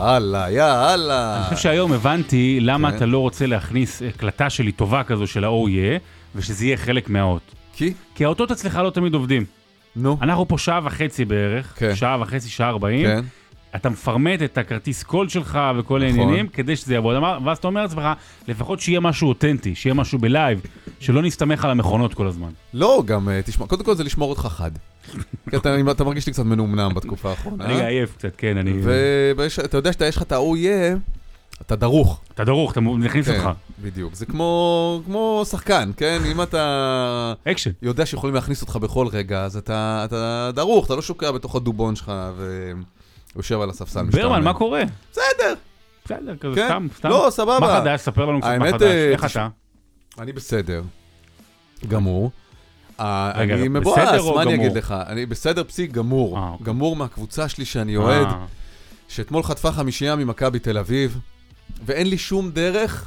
יאללה, יאללה. אני חושב שהיום הבנתי למה אתה לא רוצה להכניס הקלטה שלי טובה כזו של ה-OE, ושזה יהיה חלק מהאות. כי האותות אצלך לא תמיד עובדים. נו. אנחנו פה שעה וחצי בערך, שעה וחצי, שעה 40. כן. אתה מפרמט את הכרטיס קול שלך וכל העניינים, כדי שזה יעבוד. ואז אתה אומר לעצמך, לפחות שיהיה משהו אותנטי, שיהיה משהו בלייב, שלא נסתמך על המכונות כל הזמן. לא, גם, תשמע, קודם כל זה לשמור אותך חד. כי אתה מרגיש לי קצת מנומנם בתקופה האחרונה. אני עייף קצת, כן, אני... ואתה יודע שאתה יש לך את ה-OE, אתה דרוך. אתה דרוך, אתה נכניס אותך. בדיוק, זה כמו שחקן, כן? אם אתה... אקשן. יודע שיכולים להכניס אותך בכל רגע, אז אתה דרוך, אתה לא שוקע בתוך הדובון שלך ויושב על הספסל. ברמן, מה קורה? בסדר. בסדר, כזה סתם. לא, סבבה. מה חדש? ספר לנו קצת מה חדש. איך אתה? אני בסדר. גמור. אני מבואס, מה אני אגיד לך? אני בסדר פסיק גמור. גמור מהקבוצה שלי שאני אוהד, שאתמול חטפה 5 ממכבי תל אביב, ואין לי שום דרך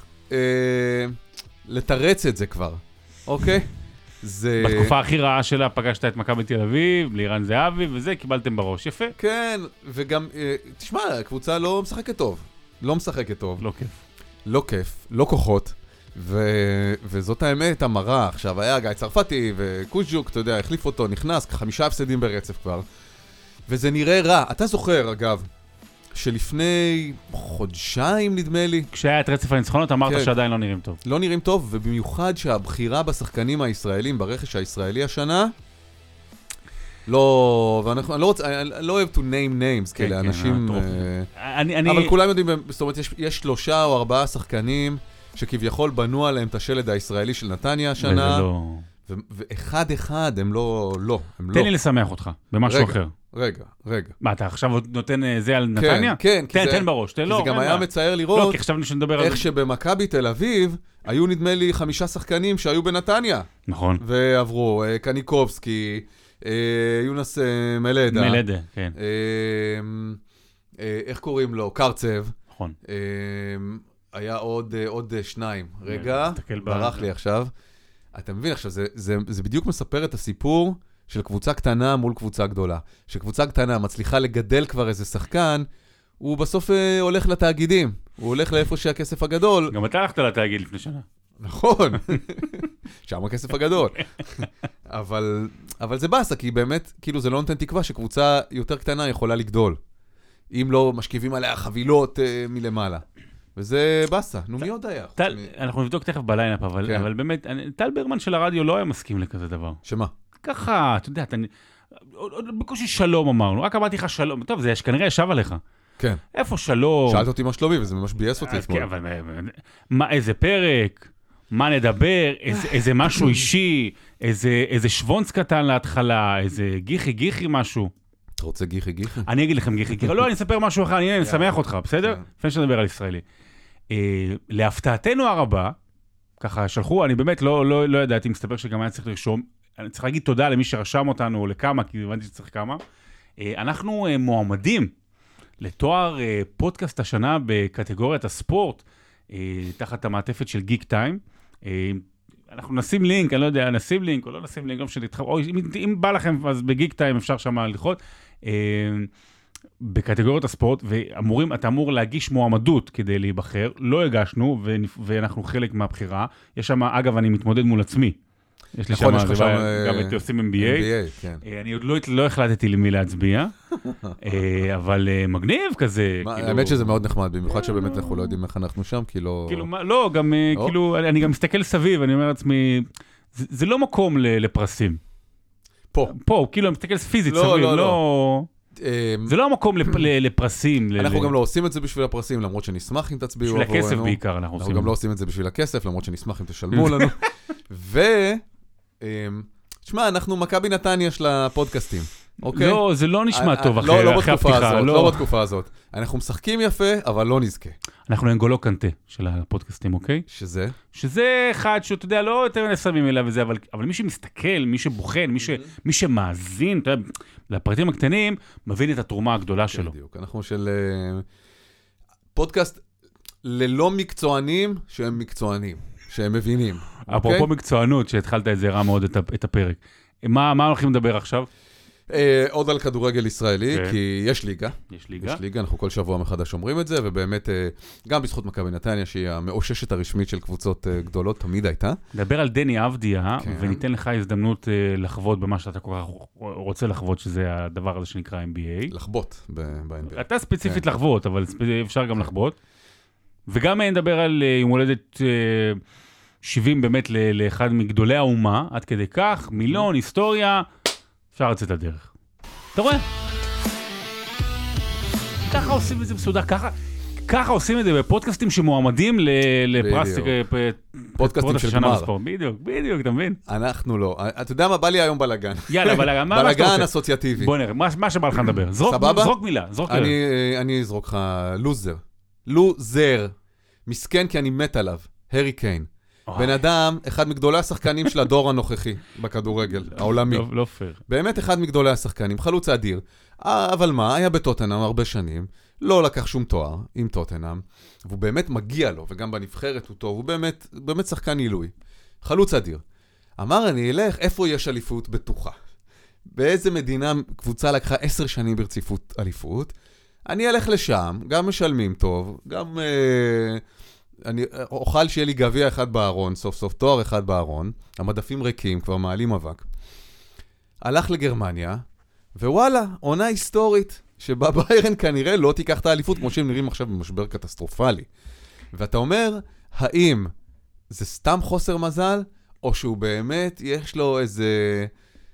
לתרץ את זה כבר, אוקיי? בתקופה הכי רעה שלה פגשת את מכבי תל אביב, לירן זהבי, וזה קיבלתם בראש, יפה. כן, וגם, תשמע, הקבוצה לא משחקת טוב. לא משחקת טוב. לא כיף. לא כיף, לא כוחות. וזאת האמת המרה. עכשיו, היה גיא צרפתי וקוז'וק, אתה יודע, החליף אותו, נכנס, 5 הפסדים ברצף כבר. וזה נראה רע. אתה זוכר, אגב, שלפני חודשיים, נדמה לי. כשהיה את רצף הניצחונות, אמרת שעדיין לא נראים טוב. לא נראים טוב, ובמיוחד שהבחירה בשחקנים הישראלים, ברכש הישראלי השנה, לא, ואני לא אוהב to name names, כאלה אנשים, אבל כולם יודעים, זאת אומרת, יש 3 או 4 שחקנים, שכביכול בנו עליהם את השלד הישראלי של נתניה השנה, ואחד הם לא. תן לי לשמח אותך, במשהו אחר. רגע. מה, אתה עכשיו נותן זה על נתניה? כן. תן בראש, תן לו. זה גם היה מצער לראות, לא, כי חשבנו שנדבר על זה. איך שבמכבי תל אביב, היו נדמה לי 5 שחקנים שהיו בנתניה. נכון. ועברו, קניקובסקי, יונס מלדה. מלדה, כן. איך קוראים לו? קרצב. נכון. היה עוד 2. רגע, ברח לי עכשיו. אתה מבין עכשיו, זה בדיוק מספר את הסיפור של קבוצה קטנה מול קבוצה גדולה. שקבוצה קטנה מצליחה לגדל כבר איזה שחקן, הוא בסוף הולך לתאגידים. הוא הולך לאיפה שהכסף הגדול. גם אתה הלכת לתאגיד לפני שנה. נכון. שם הכסף הגדול. אבל זה בסה, כי באמת, כאילו זה לא נותן תקווה שקבוצה יותר קטנה יכולה לגדול. אם לא משכיבים עליה חבילות מלמעלה. וזה בסה, נו מי עוד היה? אנחנו נבדוק תכף בליינאפ, אבל באמת, טל ברמן של הרדיו לא היה מסכים לכזה דבר. שמה? ככה, אתה יודע, בקושי שלום אמרנו, רק אמרתי לך שלום, טוב, זה כנראה ישב עליך. כן. איפה שלום? שאלת אותי מה שלומי, וזה ממש בייס אותי אתמול. כן, אבל איזה פרק, מה נדבר, איזה משהו אישי, איזה שוונץ קטן להתחלה, איזה גיחי משהו. אתה רוצה גיחי? אני אגיד לכם גיחי, לא, אני אספר משהו אחר, אני אשמח אותך, בסדר? לפני שנדבר על ישראלי. להפתעתנו הרבה, ככה שלחו, אני באמת לא ידעתי, מסתבר שגם היה צריך לרשום, אני צריך להגיד תודה למי שרשם אותנו, או לכמה, כי הבנתי שצריך כמה. אנחנו מועמדים לתואר פודקאסט השנה בקטגוריית הספורט, תחת המעטפת של גיק טיים. אנחנו נשים לינק, אני לא יודע, נשים לינק או לא נשים לינק, או אם בא לכם, אז בגיק טיים אפשר שם ללחוץ. בקטגוריות הספורט, ואתה אמור להגיש מועמדות כדי להיבחר, לא הגשנו, ואנחנו חלק מהבחירה. יש שם, אגב, אני מתמודד מול עצמי. יש לי שם, גם את עושים MBA. אני עוד לא החלטתי למי להצביע, אבל מגניב כזה. האמת שזה מאוד נחמד, במיוחד שבאמת אנחנו לא יודעים איך אנחנו שם, כי לא... לא, גם, כאילו, אני גם מסתכל סביב, אני אומר לעצמי, זה לא מקום לפרסים. פה, כאילו, אני מסתכל פיזית סביב, לא... זה לא המקום לפרסים. אנחנו גם לא עושים את זה בשביל הפרסים, למרות שנשמח אם תצביעו עבורנו. בשביל הכסף בעיקר אנחנו עושים. אנחנו גם לא עושים את זה בשביל הכסף, למרות שנשמח אם תשלמו לנו. תשמע, אנחנו מכבי נתניה של הפודקאסטים, אוקיי? לא, זה לא נשמע טוב אחרי הפתיחה. לא בתקופה הזאת. אנחנו משחקים יפה, אבל לא נזכה. אנחנו אנגולו קנטה של הפודקאסטים, אוקיי? שזה? שזה אחד שאתה יודע, לא יותר נסמים אליו וזה, אבל מי שמסתכל, מי שבוחן, מי שמאזין, אתה יודע, לפרטים הקטנים, מבין את התרומה הגדולה שלו. בדיוק, אנחנו של פודקאסט ללא מקצוענים שהם מקצוענים, שהם מבינים. אפרופו מקצוענות, שהתחלת את זה רע מאוד את הפרק. מה הולכים לדבר עכשיו? עוד על כדורגל ישראלי, כי יש ליגה. יש ליגה, אנחנו כל שבוע מחדש אומרים את זה, ובאמת, גם בזכות מכבי נתניה, שהיא המאוששת הרשמית של קבוצות גדולות, תמיד הייתה. נדבר על דני אבדיה, וניתן לך הזדמנות לחוות במה שאתה כל כך רוצה לחוות, שזה הדבר הזה שנקרא NBA. לחוות ב-NBA. אתה ספציפית לחוות, אבל אפשר גם לחוות. וגם נדבר על יום הולדת 70 באמת לאחד מגדולי האומה, עד כדי כך, מילון, היסטוריה, אפשר לצאת לדרך. אתה רואה? ככה עושים את זה מסודר, ככה עושים את זה בפודקאסטים שמועמדים לפרס... פודקאסטים של גמר. בדיוק, אתה מבין? אנחנו לא. אתה יודע מה? בא לי היום בלגן. יאללה, בלגן. בלגן אסוציאטיבי. בוא נראה, מה שבא לך לדבר. זרוק מילה. אני אזרוק לך לוזר. מסכן כי אני מת עליו. הרי קיין. בן אדם, אחד מגדולי השחקנים של הדור הנוכחי בכדורגל, העולמי. לא פייר. באמת אחד מגדולי השחקנים, חלוץ אדיר. אבל מה, היה בטוטנהאם הרבה שנים, לא לקח שום תואר עם טוטנהאם, והוא באמת מגיע לו, וגם בנבחרת הוא טוב, הוא באמת שחקן עילוי. חלוץ אדיר. אמר, אני אלך, איפה יש אליפות בטוחה? באיזה מדינה קבוצה לקחה 10 שנים ברציפות אליפות? אני אלך לשם, גם משלמים טוב, גם... אני אוכל שיהיה לי גביע אחד בארון, סוף סוף תואר אחד בארון, המדפים ריקים, כבר מעלים אבק. הלך לגרמניה, ווואלה, עונה היסטורית, שבה ביירן כנראה לא תיקח את האליפות, כמו שהם נראים עכשיו במשבר קטסטרופלי. ואתה אומר, האם זה סתם חוסר מזל, או שהוא באמת, יש לו איזה...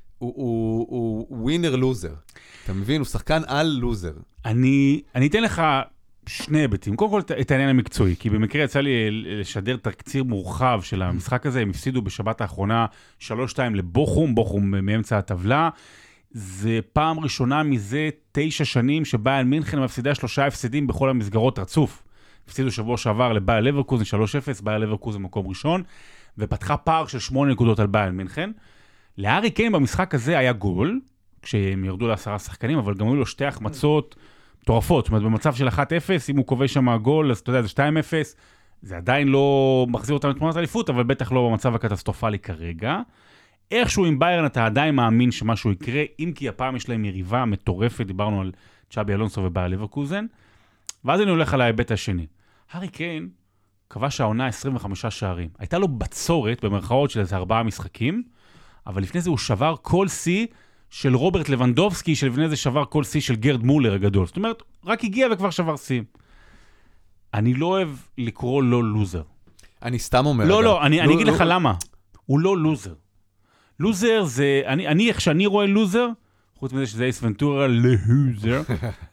הוא ווינר לוזר. אתה מבין? הוא שחקן על לוזר. אני אתן לך... שני היבטים. קודם כל את העניין המקצועי, כי במקרה יצא לי לשדר תקציר מורחב של המשחק הזה, הם הפסידו בשבת האחרונה 3-2 לבוכום, בוכום מאמצע הטבלה. זה פעם ראשונה מזה 9 שנים שביירן מינכן מפסידה 3 הפסדים בכל המסגרות רצוף. הפסידו שבוע שעבר לביירן לברקוזן 3-0, ביירן לברקוזן מקום ראשון, ופתחה פער של 8 נקודות על ביירן מינכן. להרי קיין במשחק הזה היה גול, כשהם ירדו ל10 שחקנים, אבל גם היו לו 2 החמצות טורפות, זאת אומרת, במצב של 1-0, אם הוא כובש שם הגול, אז אתה יודע, זה 2-0, זה עדיין לא מחזיר אותנו לתמונת האליפות, אבל בטח לא במצב הקטסטרופלי כרגע. איכשהו עם ביירן אתה עדיין מאמין שמשהו יקרה, אם כי הפעם יש להם יריבה מטורפת, דיברנו על צ'אבי אלונסו ובאייר לברקוזן, ואז אני הולך על ההיבט השני. הארי קיין כבש העונה 25 שערים. הייתה לו בצורת, במרכאות של איזה 4 משחקים, אבל לפני זה הוא שבר כל שיא, של רוברט לבנדובסקי, שלפני זה שבר כל שיא של גרד מולר הגדול. זאת אומרת, רק הגיע וכבר שבר שיא. אני לא אוהב לקרוא לו לוזר. אני סתם אומר. לא, אני אגיד לך למה. הוא לא לוזר. לוזר זה, איך שאני רואה לוזר, חוץ מזה שזה אייס ונטורה לוזר,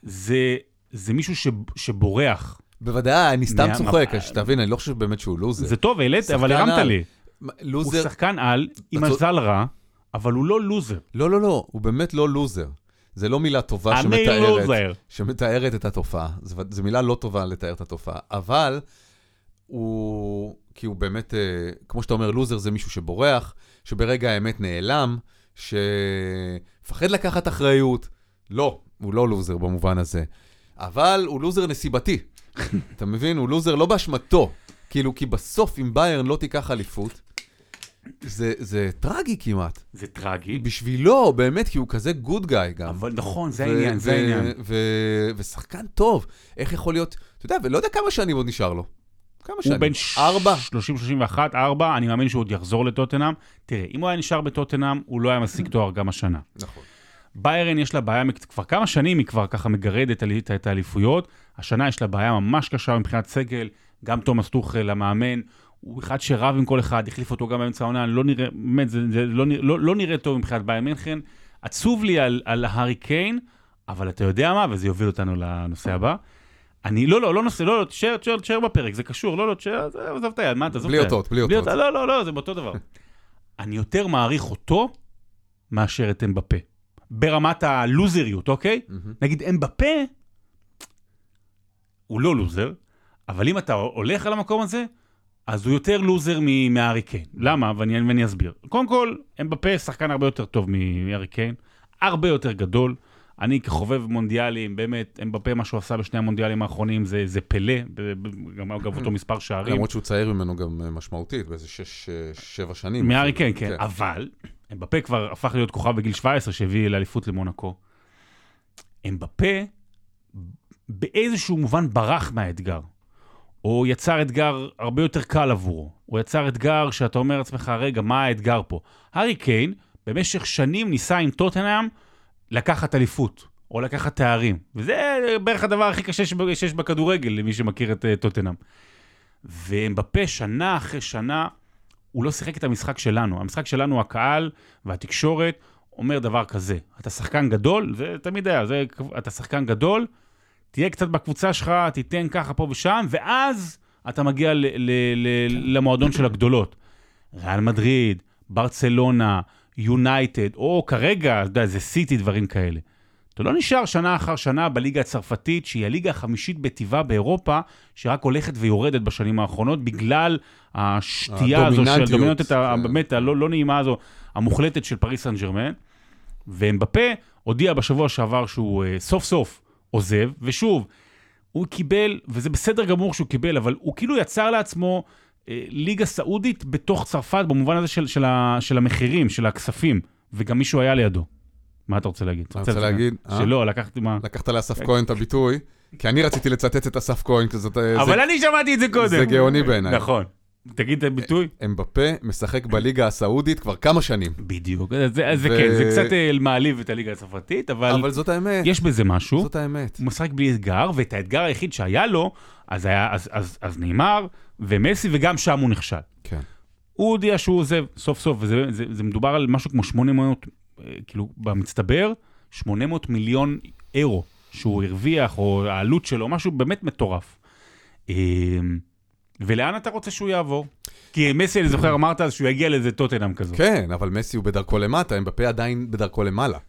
זה מישהו שבורח. בוודאי, אני סתם צוחק, שתבין, אני לא חושב באמת שהוא לוזר. זה טוב, אבל הרמת לי. הוא שחקן על, עם מזל רע, אבל הוא לא לוזר. לא, הוא באמת לא לוזר. זה לא מילה טובה שמתארת את התופעה. זו מילה לא טובה לתאר את התופעה. אבל כי הוא באמת, כמו שאתה אומר, לוזר זה מישהו שבורח, שברגע האמת נעלם, שפחד לקחת אחריות. לא, הוא לא לוזר במובן הזה. אבל הוא לוזר נסיבתי. אתה מבין? הוא לוזר לא באשמתו. כאילו, כי בסוף אם ביירן לא תיקח אליפות, זה טרגי כמעט. זה טרגי. בשבילו, באמת, כי הוא כזה גוד גאי גם. אבל נכון, זה העניין, זה העניין. ושחקן טוב. איך יכול להיות, אתה יודע, ולא יודע כמה שנים עוד נשאר לו. כמה שנים? הוא בן 4. 30-31, 4, אני מאמין שהוא עוד יחזור לטוטנהאם. תראה, אם הוא היה נשאר בטוטנהאם, הוא לא היה משיג תואר גם השנה. נכון. ביירן יש לה בעיה, כבר כמה שנים היא כבר ככה מגרדת את האליפויות. השנה יש לה בעיה ממש קשה מבחינת סגל, גם תומאס טוחל, המאמן, הוא אחד שרב עם כל אחד, החליף אותו גם באמצע העונה, לא נראה, באמת, זה לא נראה טוב מבחינת ביירן מינכן. עצוב לי על הארי קיין, אבל אתה יודע מה, וזה יוביל אותנו לנושא הבא. אני, לא נושא, תשאר בפרק, זה קשור, עזוב את היד, מה, תעזוב את היד. בלי אותות. לא, זה באותו דבר. אני יותר מעריך אותו, מאשר את אמבפה. ברמת הלוזריות, אוקיי? נגיד, אמבפה, הוא לא לוזר, אבל אם אתה הולך על המקום הזה, אז הוא יותר לוזר מהארי קיין. למה? ואני אסביר. קודם כל, אמבפה שחקן הרבה יותר טוב מהארי קיין, הרבה יותר גדול. אני כחובב מונדיאלים, באמת, אמבפה מה שהוא עשה בשני המונדיאלים האחרונים, זה פלא, גם אגב אותו מספר שערים. למרות שהוא צעיר ממנו גם משמעותית, באיזה 6-7 שנים. מהארי קיין, כן. אבל, אמבפה כבר הפך להיות כוכב בגיל 17 שהביא לאליפות למונקו. אמבפה באיזשהו מובן ברח מהאתגר. או יצר אתגר הרבה יותר קל עבורו. הוא יצר אתגר שאתה אומר לעצמך, רגע, מה האתגר פה? הארי קיין במשך שנים ניסה עם טוטנהאם לקחת אליפות, או לקחת תארים. וזה בערך הדבר הכי קשה שיש בכדורגל, למי שמכיר את טוטנהאם. ואמבפה שנה אחרי שנה, הוא לא שיחק את המשחק שלנו. המשחק שלנו, הקהל והתקשורת, אומר דבר כזה. אתה שחקן גדול, זה תמיד היה, אתה שחקן גדול, תהיה קצת בקבוצה שלך, תיתן ככה פה ושם, ואז אתה מגיע למועדון של הגדולות. ריאל מדריד, ברצלונה, יונייטד, או כרגע, זה סיטי, דברים כאלה. אתה לא נשאר שנה אחר שנה בליגה הצרפתית, שהיא הליגה החמישית בטבעה באירופה, שרק הולכת ויורדת בשנים האחרונות, בגלל השתייה הזו של הדומיננטיות, באמת הלא נעימה הזו, המוחלטת של פריס סן ז'רמן, ואמבפה הודיע בשבוע שעבר שהוא סוף סוף עוזב, ושוב, הוא קיבל, וזה בסדר גמור שהוא קיבל, אבל הוא כאילו יצר לעצמו ליגה סעודית בתוך צרפת, במובן הזה של המחירים, של הכספים, וגם מישהו היה לידו. מה אתה רוצה להגיד? אני רוצה להגיד, שלא, לקחתי מה? לקחת לאסף כהן את הביטוי, כי אני רציתי לצטט את אסף כהן, אבל אני שמעתי את זה קודם. זה גאוני בעיניי. נכון. תגיד את הביטוי. אמבפה משחק בליגה הסעודית כבר כמה שנים. בדיוק. זה כן, זה קצת מעליב את הליגה הצרפתית, אבל זאת האמת. יש בזה משהו. זאת האמת. הוא משחק בלי אתגר, ואת האתגר היחיד שהיה לו, אז נאמר, ומסי, וגם שם הוא נכשל. כן. הוא הודיע שהוא עוזב סוף סוף, וזה מדובר על משהו כמו 800, כאילו במצטבר, 800 מיליון אירו שהוא הרוויח, או העלות שלו, משהו באמת מטורף. ולאן אתה רוצה שהוא יעבור? כי מסי, אני זוכר, אמרת אז שהוא יגיע לאיזה טוטנהאם כזו. כן, אבל מסי הוא בדרכו למטה, אמבפה עדיין בדרכו למעלה.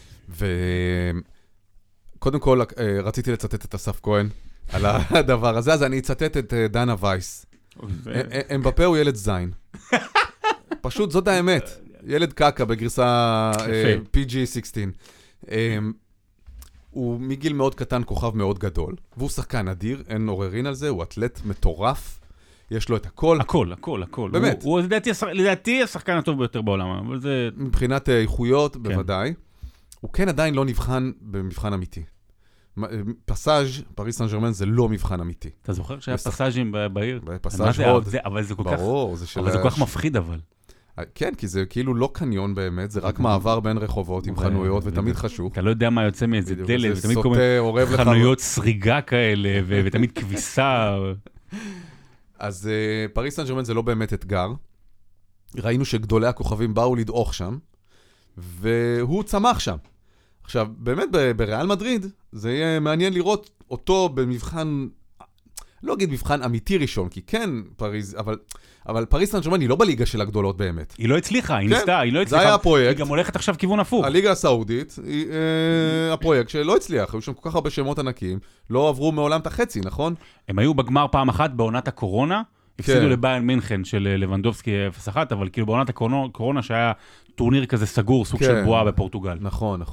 וקודם כל, רציתי לצטט את אסף כהן על הדבר הזה, אז אני אצטט את דנה וייס. אמבפה הוא ילד זין. פשוט זאת האמת. ילד קקה בגרסה PG-16. הוא מגיל מאוד קטן, כוכב מאוד גדול, והוא שחקן אדיר, אין עוררין על זה, הוא אתלט מטורף, יש לו את הכל. הכל. באמת. הוא לדעתי השחקן הטוב ביותר בעולם, אבל זה... מבחינת איכויות, בוודאי. הוא כן עדיין לא נבחן במבחן אמיתי. פסאז' פריס סן ז'רמן זה לא מבחן אמיתי. אתה זוכר שהיה פסאז'ים בעיר? פסאז' עוד. אבל זה כל כך... ברור, זה כל כך מפחיד אבל. כן, כי זה כאילו לא קניון באמת, זה רק מעבר בין רחובות עם חנויות, ותמיד חשוב. אתה לא יודע מה יוצא מאיזה דלת, ותמיד כל מיני חנויות סריגה כאלה, ותמיד כביסה. אז פריס סן ז'רמן זה לא באמת אתגר. ראינו שגדולי הכוכבים באו לדעוך שם, והוא צמח שם. עכשיו, באמת בריאל מדריד, זה יהיה מעניין לראות אותו במבחן, לא אגיד מבחן אמיתי ראשון, כי כן פריז, אבל פריס סן ז'רמן היא לא בליגה של הגדולות באמת. היא לא הצליחה, היא ניסתה, היא לא הצליחה. זה היה הפרויקט. היא גם הולכת עכשיו כיוון הפוך. הליגה הסעודית, הפרויקט שלא הצליח, היו שם כל כך הרבה שמות ענקיים, לא עברו מעולם את החצי, נכון? הם היו בגמר פעם אחת בעונת הקורונה, הפסידו לביירן מינכן של לבנדובסקי 0-1, אבל כאילו בעונת הקורונה שהיה טורניר כזה סגור, סוג של בועה בפורטוגל. נכון.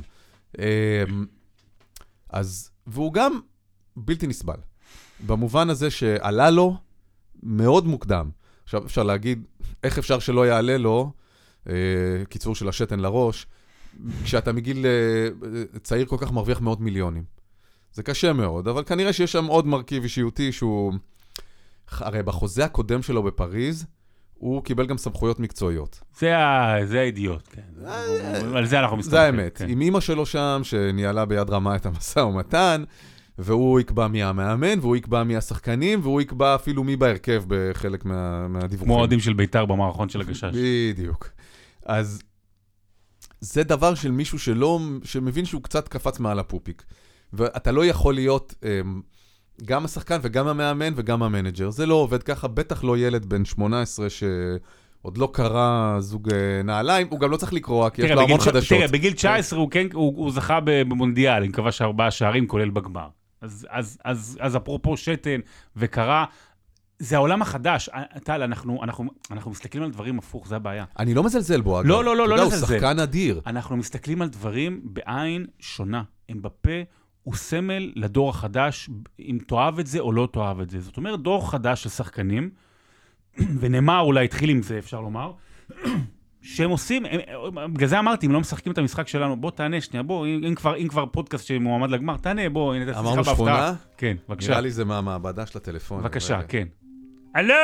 אז, והוא גם בלתי נסבל. במובן הזה שעלה לו מאוד מוקדם. עכשיו אפשר להגיד, איך אפשר שלא יעלה לו, קיצור של השתן לראש, כשאתה מגיל צעיר כל כך מרוויח מאות מיליונים. זה קשה מאוד, אבל כנראה שיש שם עוד מרכיב אישיותי שהוא, הרי בחוזה הקודם שלו בפריז, הוא קיבל גם סמכויות מקצועיות. זה האידיוט, כן. על זה אנחנו מסתכלים. זה האמת. עם אמא שלו שם, שניהלה ביד רמה את המשא ומתן, והוא יקבע מי המאמן, והוא יקבע מי השחקנים, והוא יקבע אפילו מי בהרכב בחלק מהדיווחים. כמו אוהדים של בית"ר במערכון של הגשש. בדיוק. אז זה דבר של מישהו שמבין שהוא קצת קפץ מעל הפופיק. ואתה לא יכול להיות גם השחקן וגם המאמן וגם המנג'ר. זה לא עובד ככה, בטח לא ילד בן 18 שעוד לא קרא זוג נעליים, הוא גם לא צריך לקרוא, כי יש לו המון חדשות. תראה, בגיל 19 הוא זכה במונדיאל, אני מקווה 4 שערים כולל בגמר. אז אפרופו שתן וקרא, זה העולם החדש. טל, אנחנו מסתכלים על דברים הפוך, זה הבעיה. אני לא מזלזל בו, אגב. לא לזלזל. הוא לזלזל. שחקן אדיר. אנחנו מסתכלים על דברים בעין שונה. אמבפה הוא סמל לדור החדש, אם תאהב את זה או לא תאהב את זה. זאת אומרת, דור חדש של שחקנים, ונאמר אולי התחיל עם זה, אפשר לומר, שהם עושים, בגלל זה אמרתי, אם לא משחקים את המשחק שלנו, בוא תענה שנייה, בוא, אם כבר פודקאסט שמועמד לגמר, תענה, בוא, הנה, תשיחה בהפתעה. אמרנו שכונה? כן, בבקשה. נראה לי זה מהמעבדה של הטלפון. בבקשה, כן. הלו?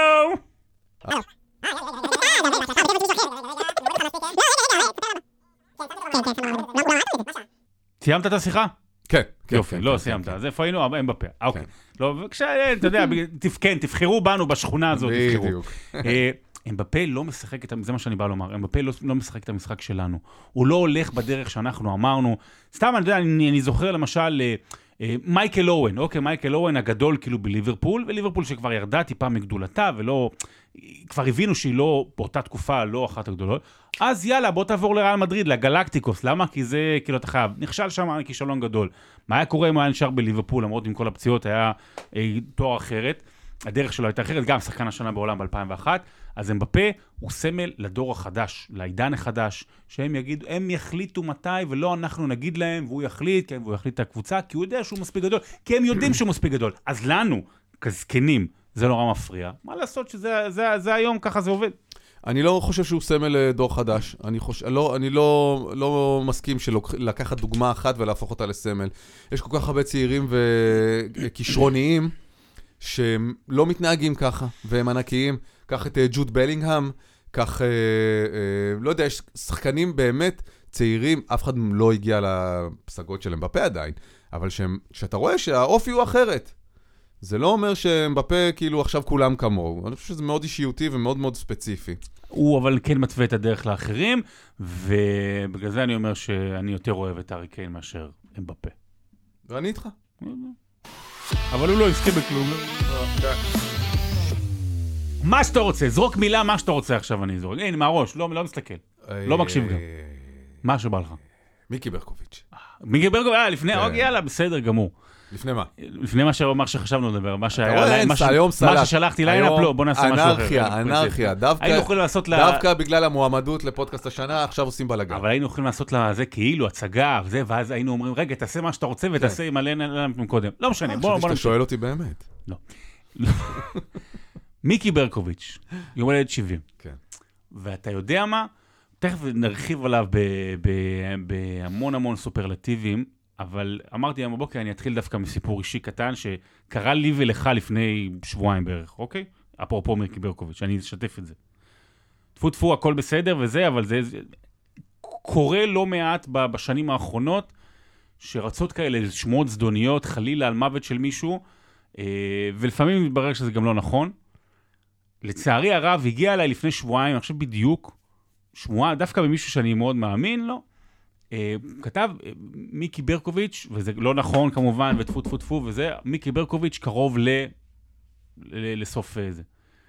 סיימת את השיחה? כן. יופי, לא סיימת. אז איפה היינו? הם בפה. אוקיי. לא, בבקשה, אתה יודע, תבחרו בנו בשכונה הזאת, תבחרו. בדיוק. אמבפה לא משחק את, זה מה שאני בא לומר, אמבפה לא משחק את המשחק שלנו. הוא לא הולך בדרך שאנחנו אמרנו. סתם, אני זוכר למשל מייקל אוון, אוקיי, מייקל אוון הגדול כאילו בליברפול, וליברפול שכבר ירדה טיפה מגדולתה, ולא, כבר הבינו שהיא לא, באותה תקופה, לא אחת הגדולות. אז יאללה, בוא תעבור לריאל מדריד, לגלקטיקוס. למה? כי זה, כאילו, אתה חייב, נכשל שם כישלון גדול. מה היה קורה אם הוא היה נשאר בליברפול, למרות עם כל הפציעות, היה תואר אחרת. הדרך שלו הייתה אחרת, גם שחקן השנה בעולם ב-2001. אז אמבפה הוא סמל לדור החדש, לעידן החדש, שהם יגידו, הם יחליטו מתי, ולא אנחנו נגיד להם, והוא יחליט, כן, והוא יחליט את הקבוצה, כי הוא יודע שהוא מספיק גדול, כי הם יודעים שהוא מספיק גדול. אז לנו, כזקנים, זה נורא מפריע. מה לעשות שזה היום, ככה זה עובד? אני לא חושב שהוא סמל דור חדש. אני לא מסכים לקחת דוגמה אחת ולהפוך אותה לסמל. יש כל כך הרבה צעירים וכישרוניים שהם לא מתנהגים ככה, והם ענקיים. קח את ג'וד בלינגהאם, קח, לא יודע, יש שחקנים באמת צעירים, אף אחד לא הגיע לפסגות של אמבפה עדיין, אבל שאתה רואה שהאופי הוא אחרת. זה לא אומר שאמבפה כאילו עכשיו כולם כמוהו. אני חושב שזה מאוד אישיותי ומאוד מאוד ספציפי. הוא אבל כן מתווה את הדרך לאחרים, ובגלל זה אני אומר שאני יותר אוהב את הארי קיין מאשר אמבפה. ואני איתך. אבל הוא לא יזכה בכלום. מה שאתה רוצה, זרוק מילה מה שאתה רוצה עכשיו אני זורק. הנה, מהראש, לא מסתכל. לא מקשיב גם. מה שבא לך? מיקי ברקוביץ'. מיקי ברקוביץ', לפני, יאללה, בסדר גמור. לפני מה? לפני מה שחשבנו לדבר, מה ששלחתי ליינאפ, לא, בוא נעשה משהו אחר. אנרכיה. דווקא בגלל המועמדות לפודקאסט השנה, עכשיו עושים בלגן. אבל היינו יכולים לעשות לזה כאילו, הצגה, ואז היינו אומרים, רגע, תעשה מה שאתה רוצה ותעשה מלא קודם. לא משנה, בוא נמשיך. שאתה שואל אותי באמת. לא. מיקי ברקוביץ', יום הולדת 70. כן. ואתה יודע מה? תכף נרחיב עליו בהמון סופרלטיבים, אבל אמרתי היום בבוקר, אני אתחיל דווקא מסיפור אישי קטן, שקרה לי ולך לפני שבועיים בערך, אוקיי? אפרופו מיקי ברקוביץ', אני אשתף את זה. טפו, הכל בסדר וזה, אבל זה קורה לא מעט בשנים האחרונות, שרצות כאלה שמועות זדוניות, חלילה על מוות של מישהו, ולפעמים מתברר שזה גם לא נכון. לצערי הרב, הגיע אליי לפני שבועיים, אני חושב בדיוק, שמועה, דווקא במישהו שאני מאוד מאמין לו, כתב מיקי ברקוביץ', וזה לא נכון כמובן, וטפו וזה, מיקי ברקוביץ' קרוב לסוף זה.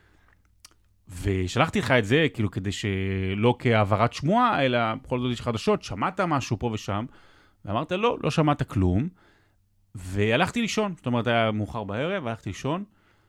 ושלחתי לך את זה, כאילו כדי שלא כעברת שמועה, אלא בכל זאת יש חדשות, שמעת משהו פה ושם, ואמרת לא שמעת כלום, והלכתי לישון, זאת אומרת, היה מאוחר בערב, הלכתי לישון,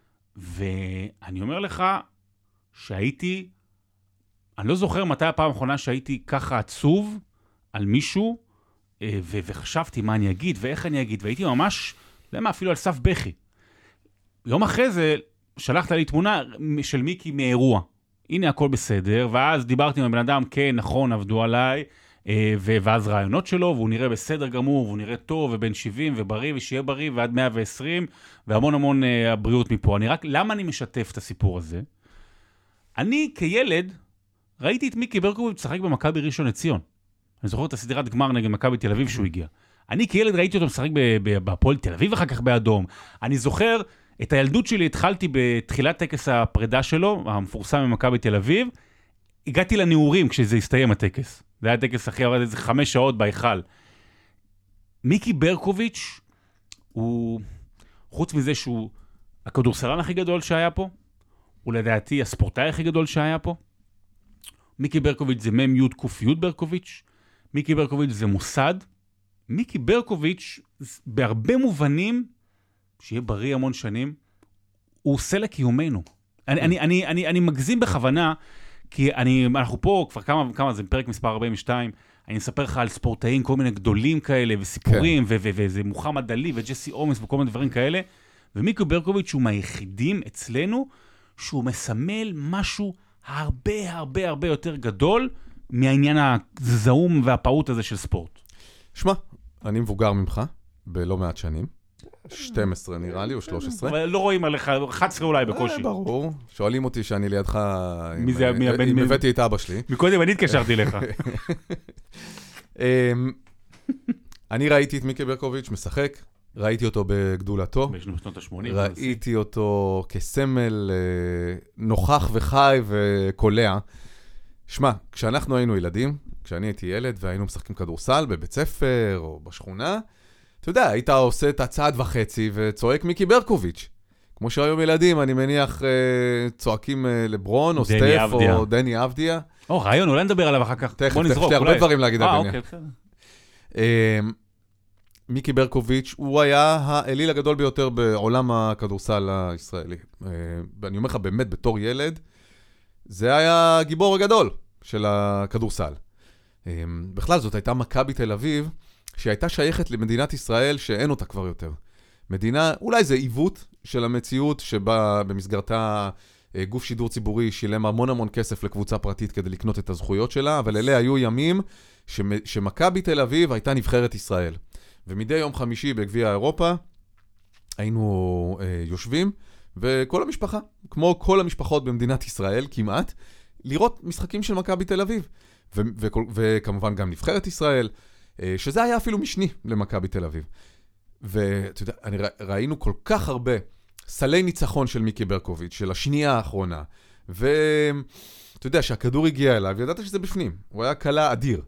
ואני אומר לך שהייתי, אני לא זוכר מתי הפעם האחרונה שהייתי ככה עצוב על מישהו, וחשבתי מה אני אגיד ואיך אני אגיד, והייתי ממש, למה אפילו על סף בכי. יום אחרי זה שלחת לי תמונה של מיקי מאירוע. הנה הכל בסדר, ואז דיברתי עם הבן אדם, כן, נכון, עבדו עליי, ואז רעיונות שלו, והוא נראה בסדר גמור, והוא נראה טוב, ובן 70, ובריא, ושיהיה בריא, ועד 120, והמון הבריאות מפה. למה אני משתף את הסיפור הזה? אני כילד, ראיתי את מיקי ברקוביץ' משחק במכבי ראשון לציון. אני זוכר את הסדרת גמר נגד מכבי תל אביב שהוא הגיע. אני כילד ראיתי אותו משחק בהפועל תל אביב, אחר כך באדום. אני זוכר, את הילדות שלי התחלתי בתחילת טקס הפרידה שלו, המפורסם במכבי תל אביב, הגעתי לנעורים כשזה הסתיים הטקס. זה היה הטקס הכי הרבה, איזה 5 שעות בהיכל. מיקי ברקוביץ' הוא, חוץ מזה שהוא הכדורסלן הכי גדול שהיה פה, הוא לדעתי הספורטאי הכי גדול שהיה פה. מיקי ברקוביץ' זה מם יוד קוף יוד ברקוביץ'. מיקי ברקוביץ' זה מוסד. מיקי ברקוביץ' בהרבה מובנים, שיהיה בריא המון שנים, הוא עושה לקיומנו. אני מגזים בכוונה, כי אנחנו פה כבר כמה, זה פרק מספר 42, אני אספר לך על ספורטאים, כל מיני גדולים כאלה, וסיפורים, וזה מוחמד עלי, וג'סי אומס, וכל מיני דברים כאלה, ומיקי ברקוביץ' הוא מהיחידים אצלנו, שהוא מסמל משהו הרבה יותר גדול, מהעניין הזעום והפעוט הזה של ספורט? שמע, אני מבוגר ממך, בלא מעט שנים. 12 נראה לי, או 13. אבל לא רואים עליך, 11 אולי בקושי. ברור. שואלים אותי שאני לידך, אם הבאתי את אבא שלי. מקודם אני התקשרתי לך. אני ראיתי את מיקי ברקוביץ' משחק, ראיתי אותו בגדולתו. בשנות ה-80. ראיתי אותו כסמל נוכח וחי וקולע. שמע, כשאנחנו היינו ילדים, כשאני הייתי ילד והיינו משחקים כדורסל בבית ספר או בשכונה, אתה יודע, היית עושה את הצעד וחצי וצועק מיקי ברקוביץ'. כמו שהיום ילדים, אני מניח, צועקים לברון או סטף או דני אבדיה. רעיון, אולי נדבר עליו אחר כך. תכף, יש לי הרבה דברים להגיד על דני. אוקיי, בסדר. מיקי ברקוביץ' הוא היה האליל הגדול ביותר בעולם הכדורסל הישראלי. אני אומר לך באמת, בתור ילד, זה היה הגיבור הגדול של הכדורסל. בכלל זאת הייתה מכבי תל אביב, שהייתה שייכת למדינת ישראל שאין אותה כבר יותר. מדינה, אולי זה עיוות של המציאות שבה במסגרתה גוף שידור ציבורי שילם המון כסף לקבוצה פרטית כדי לקנות את הזכויות שלה, אבל אלה היו ימים שמכבי תל אביב הייתה נבחרת ישראל. ומדי יום חמישי בגביע אירופה היינו יושבים, וכל המשפחה, כמו כל המשפחות במדינת ישראל כמעט, לראות משחקים של מכבי תל אביב. וכמובן גם נבחרת ישראל, שזה היה אפילו משני למכבי תל אביב. ואתה יודע, ראינו כל כך הרבה סלי ניצחון של מיקי ברקוביץ', של השנייה האחרונה, ואתה יודע, שהכדור הגיע אליו, וידעת שזה בפנים, הוא היה קלה אדיר.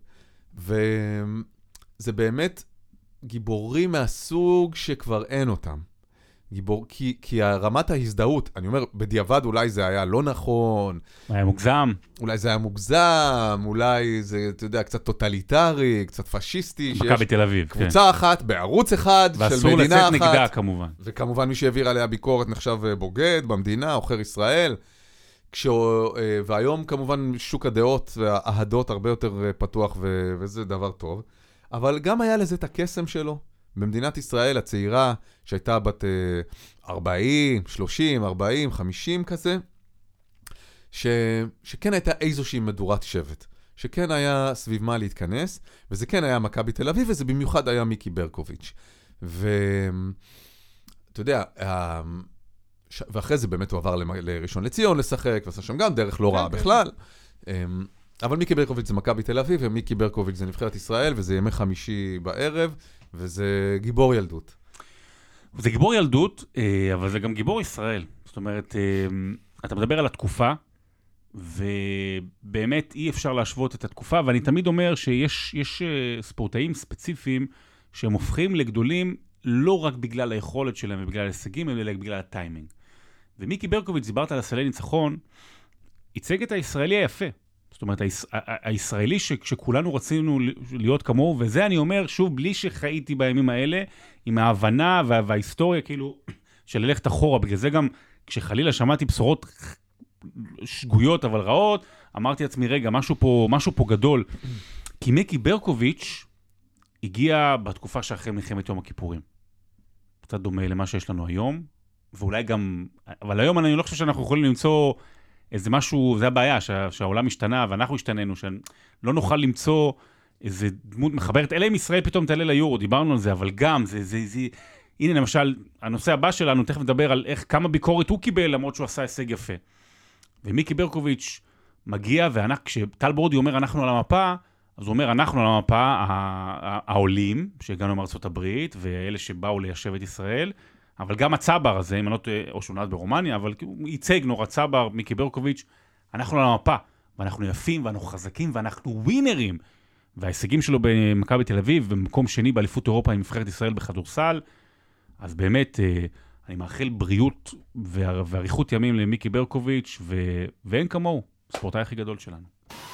וזה באמת גיבורים מהסוג שכבר אין אותם. כי רמת ההזדהות, אני אומר, בדיעבד אולי זה היה לא נכון. היה מוגזם. אולי זה היה מוגזם, אולי זה, אתה יודע, קצת טוטליטרי, קצת פשיסטי. מכבי תל אביב, כן. קבוצה אחת, בערוץ אחד, של מדינה אחת. ואסור לצאת נגדה, כמובן. וכמובן מי שהעביר עליה ביקורת נחשב בוגד במדינה, עוכר ישראל. והיום כמובן שוק הדעות והאהדות הרבה יותר פתוח, וזה דבר טוב. אבל גם היה לזה את הקסם שלו. במדינת ישראל הצעירה, שהייתה בת 40, 30, 40, 50 כזה, שכן הייתה איזושהי מדורת שבט, שכן היה סביב מה להתכנס, וזה כן היה מכבי תל אביב, וזה במיוחד היה מיקי ברקוביץ'. ואתה יודע, ואחרי זה באמת הוא עבר לראשון לציון לשחק, ועשה שם גם דרך לא רעה בכלל. אבל מיקי ברקוביץ' זה מכבי תל אביב, ומיקי ברקוביץ' זה נבחרת ישראל, וזה ימי חמישי בערב, וזה גיבור ילדות. זה גיבור ילדות, אבל זה גם גיבור ישראל. זאת אומרת, אתה מדבר על התקופה, ובאמת אי אפשר להשוות את התקופה, ואני תמיד אומר שיש ספורטאים ספציפיים שהם הופכים לגדולים לא רק בגלל היכולת שלהם ובגלל ההישגים, אלא בגלל הטיימינג. ומיקי ברקוביץ', דיברת על הסלי ניצחון, ייצג את הישראלי היפה. זאת אומרת, הישראלי שכולנו רצינו להיות כמוהו, וזה אני אומר, שוב, בלי שחייתי בימים האלה, עם ההבנה וההיסטוריה, כאילו, של ללכת אחורה. בגלל זה גם, כשחלילה שמעתי בשורות שגויות אבל רעות, אמרתי לעצמי, רגע, משהו פה גדול. כי מיקי ברקוביץ' הגיע בתקופה שאחרי מלחמת יום הכיפורים. קצת דומה למה שיש לנו היום, ואולי גם, אבל היום אני לא חושב שאנחנו יכולים למצוא איזה משהו, זה הבעיה, שהעולם השתנה ואנחנו השתננו, שלא נוכל למצוא איזה דמות מחברת, אלא אם ישראל פתאום תעלה ליורו, דיברנו על זה, אבל גם, הנה למשל, הנושא הבא שלנו, תכף נדבר על כמה ביקורת הוא קיבל, למרות שהוא עשה הישג יפה. ומיקי ברקוביץ' מגיע, כשטל בורדי אומר אנחנו על המפה, אז הוא אומר אנחנו על המפה, העולים, שהגענו מארצות הברית, ואלה שבאו ליישב את ישראל, אבל גם הצבר הזה, אם אני לא טועה, או שהוא נולד ברומניה, אבל הוא ייצג נורא צבר, מיקי ברקוביץ', אנחנו על המפה, ואנחנו יפים, ואנחנו חזקים, ואנחנו ווינרים. וההישגים שלו במכבי תל אביב, במקום שני באליפות אירופה עם נבחרת ישראל בכדורסל, אז באמת, אני מאחל בריאות ואריכות ימים למיקי ברקוביץ', ואין כמוהו, ספורטאי הכי גדול שלנו.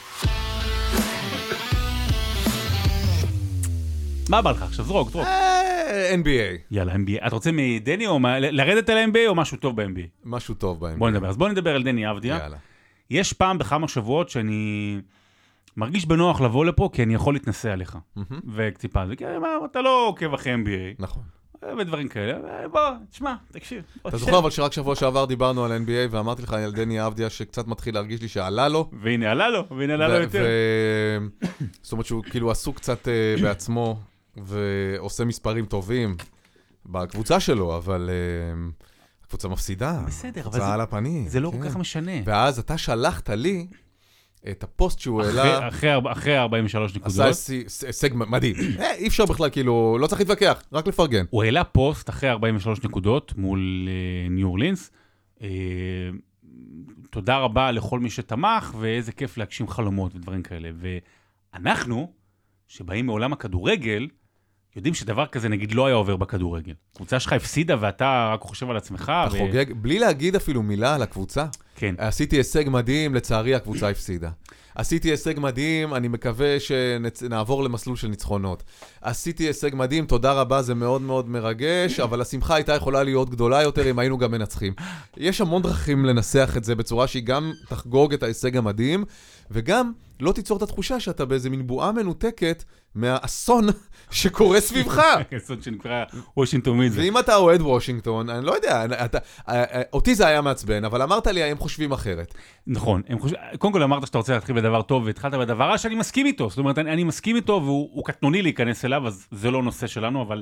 מה בא לך עכשיו? זרוק. NBA. יאללה, NBA. אתה רוצה מדני או לרדת על ה-NBA או משהו טוב ב-NBA? משהו טוב ב-NBA. בוא נדבר. אז בוא נדבר על דני אבדיה. יאללה. יש פעם בכמה שבועות שאני מרגיש בנוח לבוא לפה, כי אני יכול להתנסה עליך. וטיפה, כי אתה לא עוקב אחרי NBA. נכון. ודברים כאלה. בוא, תשמע, תקשיב. אתה זוכר אבל שרק שבוע שעבר דיברנו על NBA, ואמרתי לך על דני אבדיה שקצת מתחיל להרגיש לי שעלה לו. והנה עלה לו יותר. זאת אומרת שהוא כאילו עסוק קצת בעצמו, ועושה מספרים טובים בקבוצה שלו, אבל הקבוצה מפסידה. בסדר, אבל קבוצה על הפנים. זה לא כל כך משנה. ואז אתה שלחת לי את הפוסט שהוא העלה. אחרי 43 נקודות. עשה הישג מדהים. אי אפשר בכלל, כאילו, לא צריך להתווכח, רק לפרגן. הוא העלה פוסט אחרי 43 נקודות מול ניו אורלינס. תודה רבה לכל מי שתמך, ואיזה כיף להגשים חלומות ודברים כאלה. ואנחנו, שבאים מעולם הכדורגל, יודעים שדבר כזה, נגיד, לא היה עובר בכדורגל. קבוצה שלך הפסידה, ואתה רק חושב על עצמך. אתה חוגג, בלי להגיד אפילו מילה על הקבוצה. כן. עשיתי הישג מדהים, לצערי הקבוצה הפסידה. עשיתי הישג מדהים, אני מקווה שנעבור למסלול של ניצחונות. עשיתי הישג מדהים, תודה רבה, זה מאוד מאוד מרגש, אבל השמחה הייתה יכולה להיות גדולה יותר אם היינו גם מנצחים. יש המון דרכים לנסח את זה בצורה שהיא גם תחגוג את ההישג המדהים, וגם לא תיצור את התחושה שאתה באיזה מין בועה מנותקת מהאסון שקורה סביבך. אסון שנקרא וושינגטון מיזר. ואם אתה אוהד וושינגטון, אני לא יודע, אותי זה היה מעצבן, אבל אמרת לי, הם חושבים אחרת. נכון, קודם כל אמרת שאתה רוצה להתחיל בדבר טוב, והתחלת בדבר שאני מסכים איתו, זאת אומרת, אני מסכים איתו, והוא קטנוני להיכנס אליו, אז זה לא נושא שלנו, אבל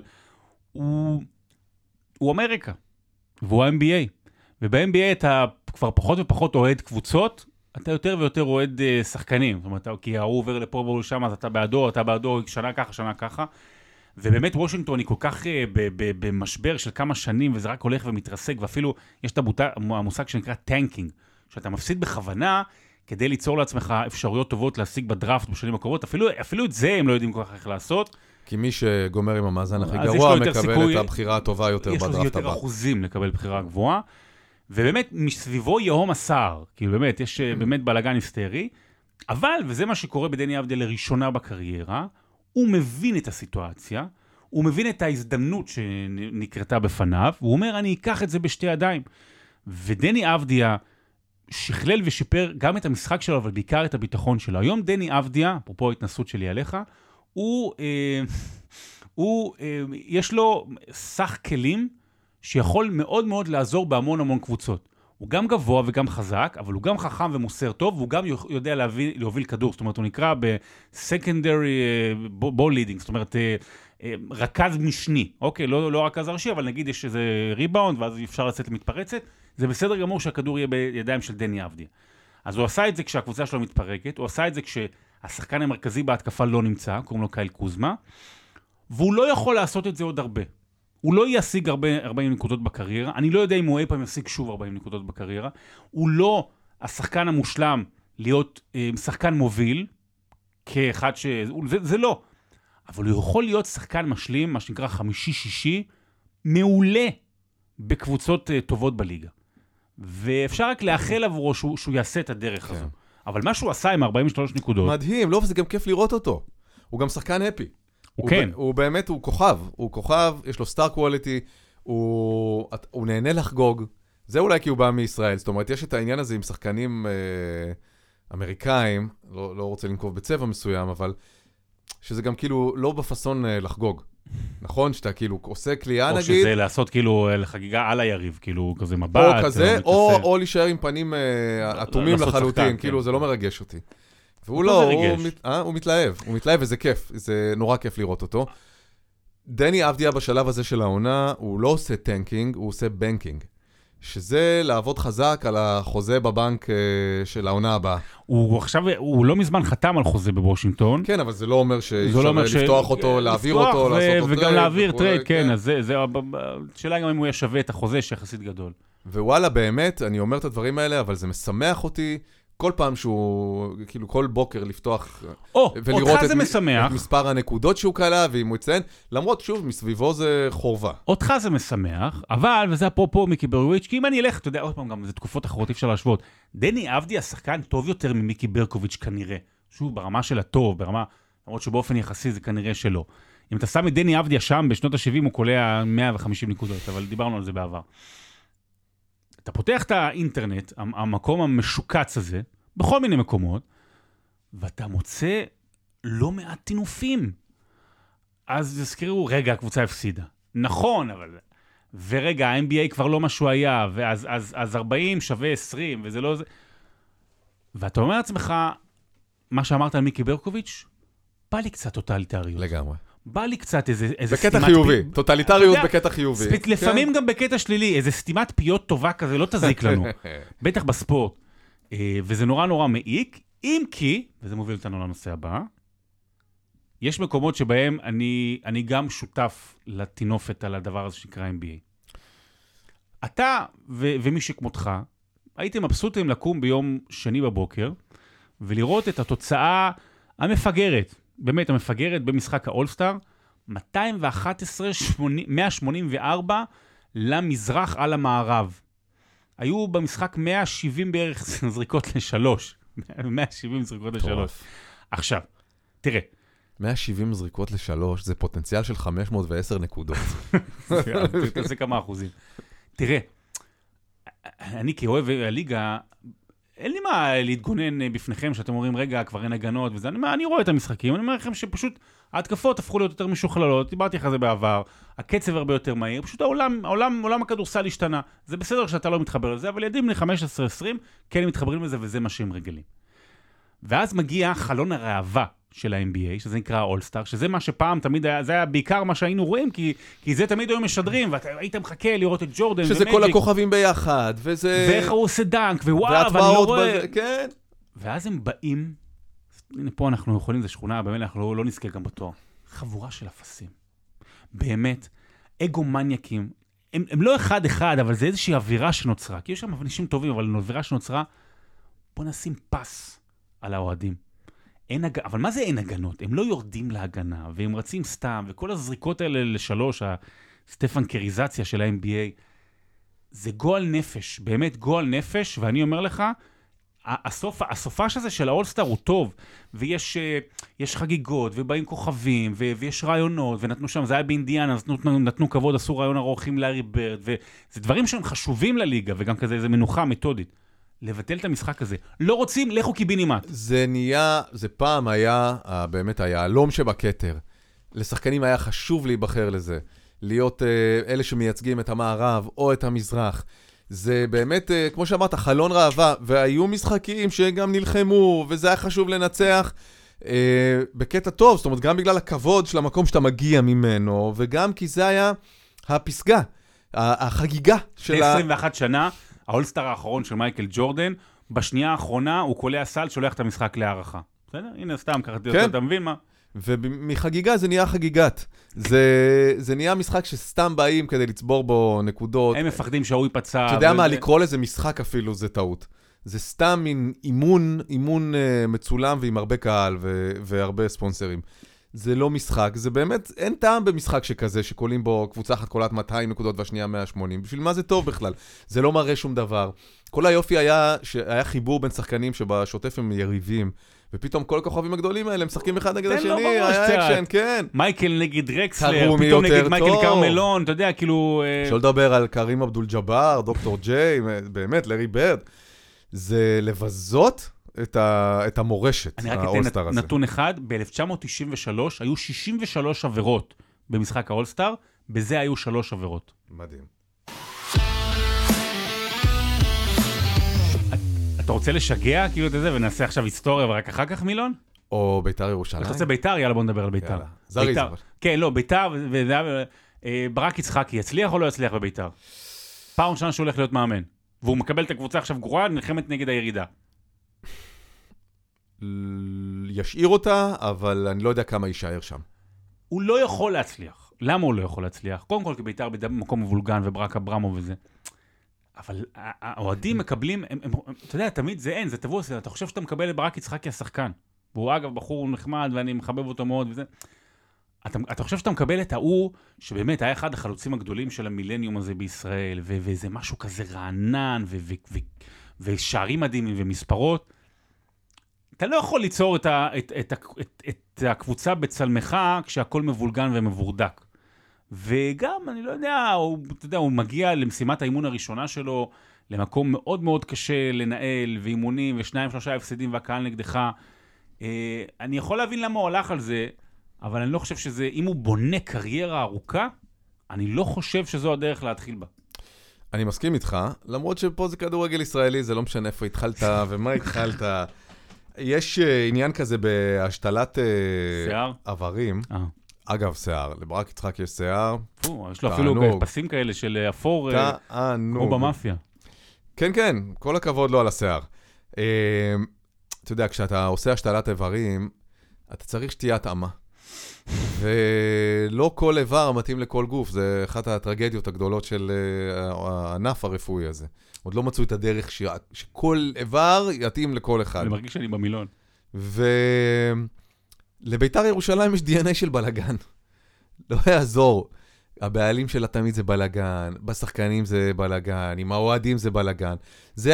הוא אמריקה, והוא ה-NBA, וב-NBA אתה כבר פחות ופחות אוהד קבוצות, אתה יותר ויותר אוהד שחקנים, זאת אומרת, כי הוא עובר לפה ועול שם, אז אתה בעדו, שנה ככה, ובאמת וושינגטון היא כל כך במשבר של כמה שנים, וזה רק הולך ומתרסק, ואפילו יש את המושג שנקרא טנקינג, שאתה מפסיד בכוונה, כדי ליצור לעצמך אפשרויות טובות להשיג בדראפט בשנים הקרובות, אפילו את זה הם לא יודעים כל כך איך לעשות. כי מי שגומר עם המאזן הכי גרוע, מקבל את הבחירה הטובה יותר בדראפט הבא. יש לו יותר אחוזים לקבל בחירה גבוהה, ובאמת מסביבו יהום הסער, כאילו באמת יש באמת בלגן היסטרי, אבל, וזה מה שקורה בדני אבדיה לראשונה בקריירה, הוא מבין את הסיטואציה, הוא מבין את ההזדמנות שנקרתה בפניו, והוא אומר, אני אקח את זה בשתי ידיים. ודני אבדיה שכלל ושיפר גם את המשחק שלו, אבל בעיקר את הביטחון שלו. היום דני אבדיה, אפרופו ההתנסות שלי עליך, יש לו סך כלים שיכול מאוד מאוד לעזור בהמון המון קבוצות. הוא גם גבוה וגם חזק, אבל הוא גם חכם ומוסר טוב, והוא גם יודע להוביל כדור. זאת אומרת, הוא נקרא ב-secondary ball leading, זאת אומרת, רכז משני. אוקיי, לא רכז הראשי, אבל נגיד יש איזה ריבאונד, ואז אפשר לצאת למתפרצת. זה בסדר גמור שהכדור יהיה בידיים של דני אבדיה. אז הוא עשה את זה כשהקבוצה שלו מתפרקת, הוא עשה את זה כשהשחקן המרכזי בהתקפה לא נמצא, קוראים לו קייל קוזמה, והוא לא יכול לעשות את זה עוד הרבה. הוא לא ישיג 40 נקודות בקריירה, אני לא יודע אם הוא אי פעם ישיג שוב 40 נקודות בקריירה, הוא לא השחקן המושלם להיות שחקן מוביל, כאחד זה לא. אבל הוא יכול להיות שחקן משלים, מה שנקרא 5-6, מעולה בקבוצות טובות בליגה. ואפשר רק לאחל עבורו שהוא יעשה את הדרך הזו. אבל מה שהוא עשה עם 43 נקודות... מדהים, לא, וזה גם כיף לראות אותו. הוא גם שחקן הפי. כן. הוא באמת, הוא כוכב, יש לו סטאר קואליטי, הוא נהנה לחגוג, זה אולי כי הוא בא מישראל, זאת אומרת, יש את העניין הזה עם שחקנים אמריקאים, לא רוצה לנקוב בצבע מסוים, אבל שזה גם כאילו לא בפסון לחגוג, נכון? שאתה כאילו עושה קליעה נגיד. או שזה לעשות כאילו לחגיגה על היריב, כאילו כזה מבט. או כזה, או להישאר עם פנים אטומים לחלוטין, כאילו זה לא מרגש אותי. והוא לא, הוא מתלהב וזה כיף, זה נורא כיף לראות אותו. דני אבדיה בשלב הזה של העונה, הוא לא עושה טנקינג, הוא עושה בנקינג. שזה לעבוד חזק על החוזה בבנק של העונה הבאה. הוא לא מזמן חתם על חוזה בוושינגטון. כן, אבל זה לא אומר שאפשר לפתוח אותו, להעביר אותו, לעשות אותו טרייד. וגם להעביר טרייד, כן, אז זה השאלה גם אם הוא ישווה את החוזה שיחסית גדול. ווואלה, באמת, אני אומר את הדברים האלה, אבל זה משמח אותי. כל פעם שהוא, כאילו כל בוקר לפתוח ולראות את מספר הנקודות שהוא קלה, ואם הוא יציין, למרות שוב, מסביבו זה חורבה. אותך זה משמח, אבל, וזה אפרופו מיקי ברקוביץ', כי אם אני אלך, אתה יודע, עוד פעם גם, זה תקופות אחרות, אי אפשר להשוות. דני אבדיה שחקן טוב יותר ממיקי ברקוביץ' כנראה. שוב, ברמה של הטוב, למרות שבאופן יחסי זה כנראה שלא. אם אתה שם את דני אבדיה שם, בשנות ה-70 הוא קולע 150 נקודות, אבל דיברנו על זה בעבר. אתה פותח את האינטרנט, המקום המשוקץ הזה, בכל מיני מקומות, ואתה מוצא לא מעט תינופים. אז תזכרו, רגע, הקבוצה הפסידה. נכון, אבל... ורגע, ה-NBA כבר לא משהו היה, ואז 40 שווה 20, וזה לא זה... ואתה אומר לעצמך, מה שאמרת על מיקי ברקוביץ', בא לי קצת טוטליטריות. לגמרי. בא לי קצת איזה בקטע חיובי, טוטליטריות בקטע חיובי. לפעמים גם בקטע שלילי, איזה סתימת פיות טובה כזה, לא תזיק לנו. בטח בספורט. וזה נורא נורא מעיק, אם כי, וזה מוביל אותנו לנושא הבא, יש מקומות שבהם אני גם שותף לטינופת על הדבר הזה שנקרא NBA. אתה ומי שכמותך, הייתם מבסוטים לקום ביום שני בבוקר, ולראות את התוצאה המפגרת, באמת המפגרת במשחק האולסטאר, 211-184 למזרח על המערב. היו במשחק 170 בערך זריקות לשלוש. 170 זריקות לשלוש. עכשיו, תראה. 170 זריקות לשלוש, זה פוטנציאל של 510 נקודות. זה כמה אחוזים. תראה, אני כאוהב הליגה, אין לי מה להתגונן בפניכם שאתם אומרים, רגע, כבר אין הגנות וזה. אני רואה את המשחקים, אני אומר לכם שפשוט ההתקפות הפכו להיות יותר משוכללות, דיברתי לך זה בעבר, הקצב הרבה יותר מהיר, פשוט העולם הכדורסל השתנה. זה בסדר שאתה לא מתחבר לזה, אבל יודעים לי 15-20, כן הם מתחברים לזה וזה מה שהם רגילים. ואז מגיע חלון הראווה של ה-NBA, שזה נקרא האולסטאר, שזה מה שפעם תמיד היה, זה היה בעיקר מה שהיינו רואים, כי זה תמיד היו משדרים, ואתה היית מחכה לראות את ג'ורדן שזה כל הכוכבים ביחד, וזה... ואיך הוא עושה דנק, ווואו, ואני לא רואה... כן. ואז הם באים, הנה פה אנחנו יכולים, זה שכונה, באמת אנחנו לא נזכה גם בתואר. חבורה של אפסים. באמת, אגו-מניאקים. הם לא אחד, אבל זה איזושהי אווירה שנוצרה, כי יש שם אנשים טובים, אבל אווירה שנוצרה, בוא נשים פס על האוהדים. אבל מה זה אין הגנות? הם לא יורדים להגנה, והם רצים סתם, וכל הזריקות האלה לשלוש, הסטפן קריזציה של ה-NBA, זה גועל נפש, באמת גועל נפש, ואני אומר לך, הסופש הזה של האולסטאר הוא טוב, ויש חגיגות, ובאים כוכבים, ויש רעיונות, ונתנו שם, זה היה באינדיאנה, אז נתנו כבוד, עשו רעיון ארוך עם לארי ברד, וזה דברים שהם חשובים לליגה, וגם כזה, איזו מנוחה מתודית. לבטל את המשחק הזה. לא רוצים, לכו קיבינימט. זה פעם היה, באמת היהלום שבכתר. לשחקנים היה חשוב להיבחר לזה. להיות אלה שמייצגים את המערב או את המזרח. זה באמת, כמו שאמרת, חלון ראווה, והיו משחקים שגם נלחמו, וזה היה חשוב לנצח בקטע טוב, זאת אומרת, גם בגלל הכבוד של המקום שאתה מגיע ממנו, וגם כי זה היה הפסגה, החגיגה של 21 שנה, האולסטאר האחרון של מייקל ג'ורדן, בשנייה האחרונה הוא קולע סל, שולח את המשחק להערכה. בסדר? הנה סתם, ככה אתה מבין מה? ומחגיגה זה נהיה חגיגת. זה נהיה משחק שסתם באים כדי לצבור בו נקודות. הם מפחדים שהוא ייפצע. אתה יודע מה, לקרוא לזה משחק אפילו זה טעות. זה סתם מין אימון מצולם ועם הרבה קהל והרבה ספונסרים. זה לא משחק, זה באמת, אין טעם במשחק שכזה, שקולים בו קבוצה אחת קולת 200 נקודות והשנייה 180. בשביל מה זה טוב בכלל? זה לא מראה שום דבר. כל היופי היה חיבור בין שחקנים שבשוטף הם יריבים, ופתאום כל הכוכבים הגדולים האלה משחקים אחד נגד השני, היה אקשן, כן. מייקל נגד רקסלר, פתאום נגד מייקל קרמלון, אתה יודע, כאילו... אפשר לדבר על קרים אבדול ג'אבר, דוקטור ג'יי, באמת, לארי ברד. זה לבזות את המורשת, האולסטאר הזה. אני רק אתן נתון אחד, ב-1993 היו 63 עבירות במשחק האולסטאר, בזה היו 3 עבירות. מדהים. אתה רוצה לשגע כאילו את זה, ונעשה עכשיו היסטוריה ורק אחר כך מילון? או ביתר ירושלים? אתה רוצה ביתר? יאללה, בוא נדבר על ביתר. זריז. כן, לא, ביתר, ברק יצחקי, יצליח או לא יצליח בביתר? פעם ראשונה שהוא הולך להיות מאמן, והוא מקבל את הקבוצה עכשיו גרועה, נלחמת נגד הירידה. ישאיר אותה, אבל אני לא יודע כמה יישאר שם. הוא לא יכול להצליח. למה הוא לא יכול להצליח? קודם כל, כי ביתר במקום מבולגן וברק אברמו וזה. אבל האוהדים מקבלים, אתה יודע, תמיד זה אין, זה תבוא, אתה חושב שאתה מקבל לברק יצחקי השחקן. והוא אגב בחור נחמד ואני מחבב אותו מאוד וזה. אתה חושב שאתה מקבל את ההוא, שבאמת היה אחד החלוצים הגדולים של המילניום הזה בישראל, וזה משהו כזה רענן, ושערים מדהימים ומספרות. אתה לא יכול ליצור את הקבוצה בצלמך כשהכל מבולגן ומבורדק. וגם, אני לא יודע, הוא מגיע למשימת האימון הראשונה שלו, למקום מאוד מאוד קשה לנהל, ואימונים, 2-3 הפסדים והקהל נגדך. אני יכול להבין למה הוא הלך על זה, אבל אני לא חושב שזה, אם הוא בונה קריירה ארוכה, אני לא חושב שזו הדרך להתחיל בה. אני מסכים איתך, למרות שפה זה כדורגל ישראלי, זה לא משנה איפה התחלת ומה התחלת. יש עניין כזה בהשתלת עברים. אגב, שיער. לברק יצחק יש שיער. יש לו אפילו פסים כאלה של אפור, כמו במאפיה. כן, כן, כל הכבוד לו על השיער. אתה יודע, כשאתה עושה השתלת איברים, אתה צריך שתהיה התאמה. ולא כל איבר מתאים לכל גוף, זה אחת הטרגדיות הגדולות של הענף הרפואי הזה. עוד לא מצאו את הדרך שכל איבר יתאים לכל אחד. אני מרגיש שאני במילון. ולביתר ירושלים יש DNA של בלגן. לא יעזור. הבעלים שלה תמיד זה בלגן, בשחקנים זה בלגן, עם האוהדים זה בלגן. זה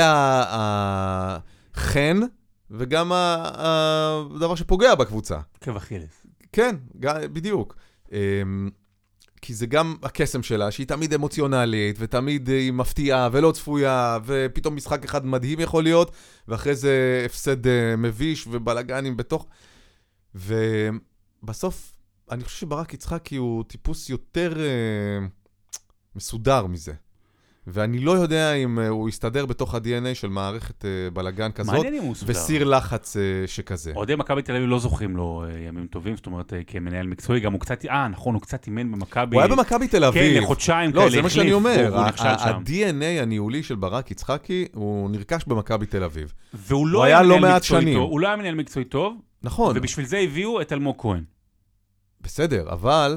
החן, וגם הדבר שפוגע בקבוצה. עקב אכילס. כן, בדיוק. כי זה גם הקסם שלה, שהיא תמיד אמוציונלית, ותמיד היא מפתיעה ולא צפויה, ופתאום משחק אחד מדהים יכול להיות, ואחרי זה הפסד מביש ובלגנים בתוך. ובסוף, אני חושב שברק יצחקי הוא טיפוס יותר מסודר מזה. ואני לא יודע אם הוא יסתדר בתוך ה-DNA של מערכת בלגן כזאת, וסיר לחץ שכזה. אוהדי מכבי תל אביב לא זוכרים לו ימים טובים, זאת אומרת, כמנהל מקצועי, גם הוא קצת, נכון, הוא קצת אימן במכבי. הוא היה במכבי תל אביב. כן, לחודשיים כאלה. לא, זה מה שאני אומר. ה-DNA הניהולי של ברק יצחקי, הוא נרכש במכבי תל אביב. והוא לא היה מנהל מקצועי טוב. הוא לא היה מנהל מקצועי טוב. נכון. ובשביל זה הביאו את אלמוג כהן. בסדר, אבל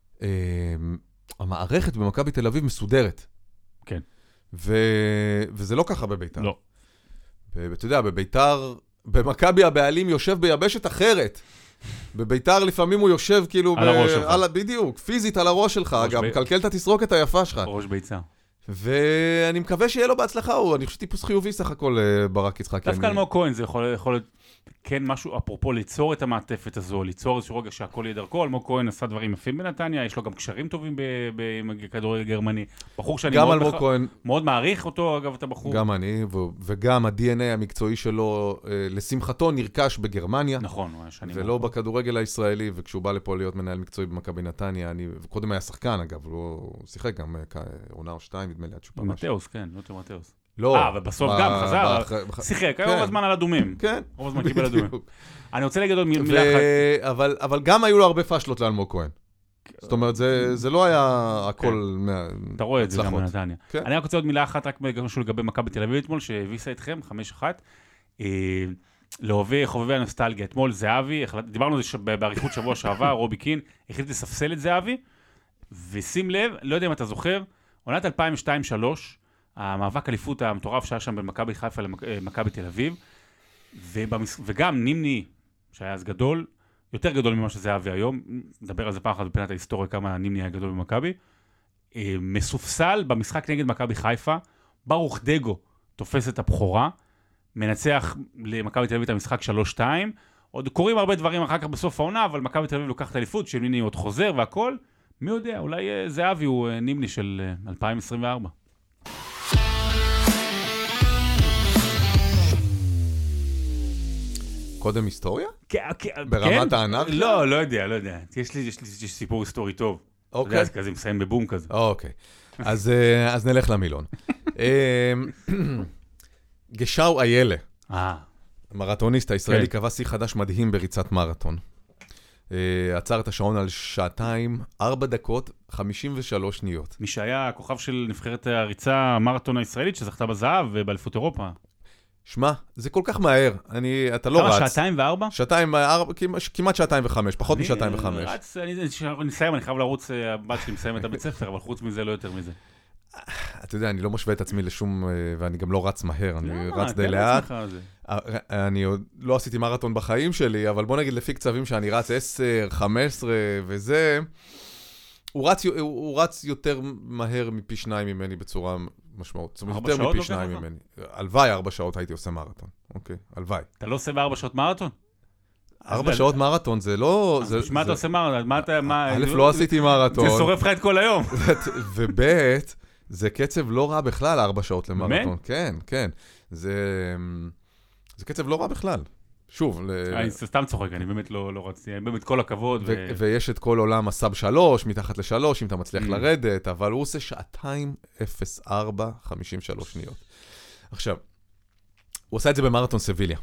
המערכת במכבי תל אביב מסודרת. כן. וזה לא ככה בביתר. לא. ואתה יודע, בביתר, במכבי הבעלים יושב ביבשת אחרת. בביתר לפעמים הוא יושב כאילו... על הראש שלך. בדיוק, פיזית על הראש שלך. אגב, מקלקל את התסרוקת היפה שלך. ראש ביצה. ואני מקווה שיהיה לו בהצלחה, אני חושב טיפוס חיובי סך הכל ברק יצחקי. דווקא אלמוג כהן זה יכול להיות, כן, משהו, אפרופו ליצור את המעטפת הזו, ליצור איזשהו רגע שהכל יהיה דרכו, אלמוג כהן עשה דברים יפים בנתניה, יש לו גם קשרים טובים בכדורגל גרמני. בחור שאני מאוד מעריך אותו, אגב, את הבחור. גם אני, וגם ה-DNA המקצועי שלו, לשמחתו, נרכש בגרמניה. נכון, ולא בכדורגל הישראלי, וכשהוא בא לפה להיות מנהל מקצועי במכבי נתניה, וקודם היה שחקן, אגב, הוא שיחק גם עונה או שתיים, נדמה לי, עד שהוא מתאוס, כן, לא מתאוס. לא. ובסוף גם חזר, שיחק, רוב הזמן על אדומים. כן. רוב הזמן קיבל אדומים. אני רוצה להגיד עוד מילה אחת. אבל גם היו לו הרבה פשלות לאלמוג כהן. זאת אומרת, זה לא היה הכל מהצלחות. אתה רואה את זה גם בנתניה. אני רק רוצה עוד מילה אחת, רק משהו לגבי מכבי תל אביב אתמול, שהביסה אתכם, 5-1. להובי חובבי הנוסטלגיה. אתמול זהבי, דיברנו על זה באריכות שבוע שעבר, רובי קין, החליט לספסל את זהבי, ושים לב, לא יודע אם אתה זוכר, עונת 2002-2003, המאבק אליפות המטורף שהיה שם בין מכבי חיפה למכבי תל אביב, וגם נימני, שהיה אז גדול, יותר גדול ממה שזהבי היום, נדבר על זה פעם אחת בפינת ההיסטוריה, כמה נימני היה גדול במכבי, מסופסל במשחק נגד מכבי חיפה, ברוך דגו תופס את הבכורה, מנצח למכבי תל אביב את המשחק 3-2, עוד קוראים הרבה דברים אחר כך בסוף העונה, אבל מכבי תל אביב לוקח את האליפות, שנימני עוד חוזר והכל, מי יודע, אולי זהבי הוא נימני של 2024. קודם היסטוריה? ברמת הענק? לא, לא יודע. יש לי סיפור היסטורי טוב. אוקיי. אז כזה מסיים בבום כזה. אוקיי. אז נלך למילון. גשאו איילה, המרתוניסט הישראלי, קבע שיא חדש מדהים בריצת מרתון. עצר את השעון על 2 4 דקות, 53 שניות. מי שהיה הכוכב של נבחרת הריצה המרתון הישראלית, שזכתה בזהב באליפות אירופה. שמע, זה כל כך מהר, אתה לא רץ. 2 ו4? 2 ו4, כמעט 2 ו5, פחות מ2 ו5. אני מסיים, אני חייב לרוץ, הבת שלי מסיים את הבית ספר, אבל חוץ מזה לא יותר מזה. אתה יודע, אני לא משווה את עצמי לשום, ואני גם לא רץ מהר, אני רץ די לאט. אני עוד לא עשיתי מרתון בחיים שלי, אבל בוא נגיד לפי קצבים שאני רץ 10, 15 וזה, הוא רץ יותר מהר מפי 2 ממני בצורה משמעות. זאת אומרת, יותר מפי 2 ממני. הלוואי 4 שעות הייתי עושה מרתון. אוקיי, הלוואי. אתה לא עושה ב4 שעות מרתון? 4 שעות מרתון זה לא... אז מה אתה עושה מרתון? א', לא עשיתי מרתון. זה שורף לך את כל היום. וב', זה קצב לא רע בכלל 4 שעות למרתון. כן, כן. זה קצב לא רע בכלל. שוב. אני סתם צוחק, אני באמת לא רציתי, באמת כל הכבוד. ויש את כל עולם הסאב 3, מתחת ל3, אם אתה מצליח לרדת, אבל הוא עושה 2:04:53 שניות. עכשיו, הוא עושה את זה במרתון סביליה.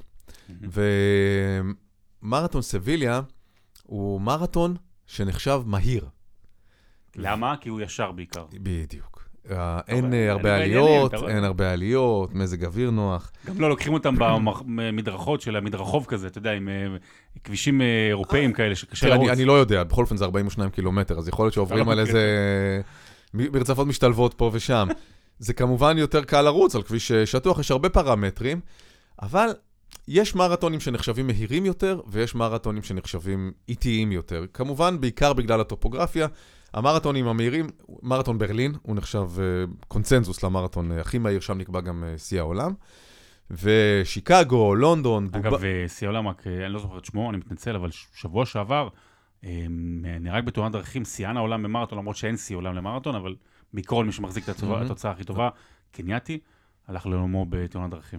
ומרתון סביליה הוא מרתון שנחשב מהיר. למה? כי הוא ישר בעיקר. בדיוק. אין הרבה עליות, אין הרבה עליות, מזג אוויר נוח. גם לא לוקחים אותם במדרכות של המדרחוב כזה, אתה יודע, עם כבישים אירופאים כאלה שקשה לרוץ. אני לא יודע, בכל אופן זה 42 קילומטר, אז יכול להיות שעוברים על איזה מרצפות משתלבות פה ושם. זה כמובן יותר קל לרוץ על כביש שטוח, יש הרבה פרמטרים, אבל יש מרתונים שנחשבים מהירים יותר, ויש מרתונים שנחשבים איטיים יותר. כמובן, בעיקר בגלל הטופוגרפיה, המרתונים המהירים, מרתון ברלין, הוא נחשב קונצנזוס למרתון הכי מהיר, שם נקבע גם שיא העולם. ושיקגו, לונדון, אגב, שיא העולם, אני לא זוכר את שמו, אני מתנצל, אבל שבוע שעבר, נהרג בתאונת דרכים, שיאן העולם במרתון, למרות שאין שיא עולם למרתון, אבל מכל מי שמחזיק את התוצאה הכי טובה, קנייתי, הלך לעולמו בתאונת דרכים.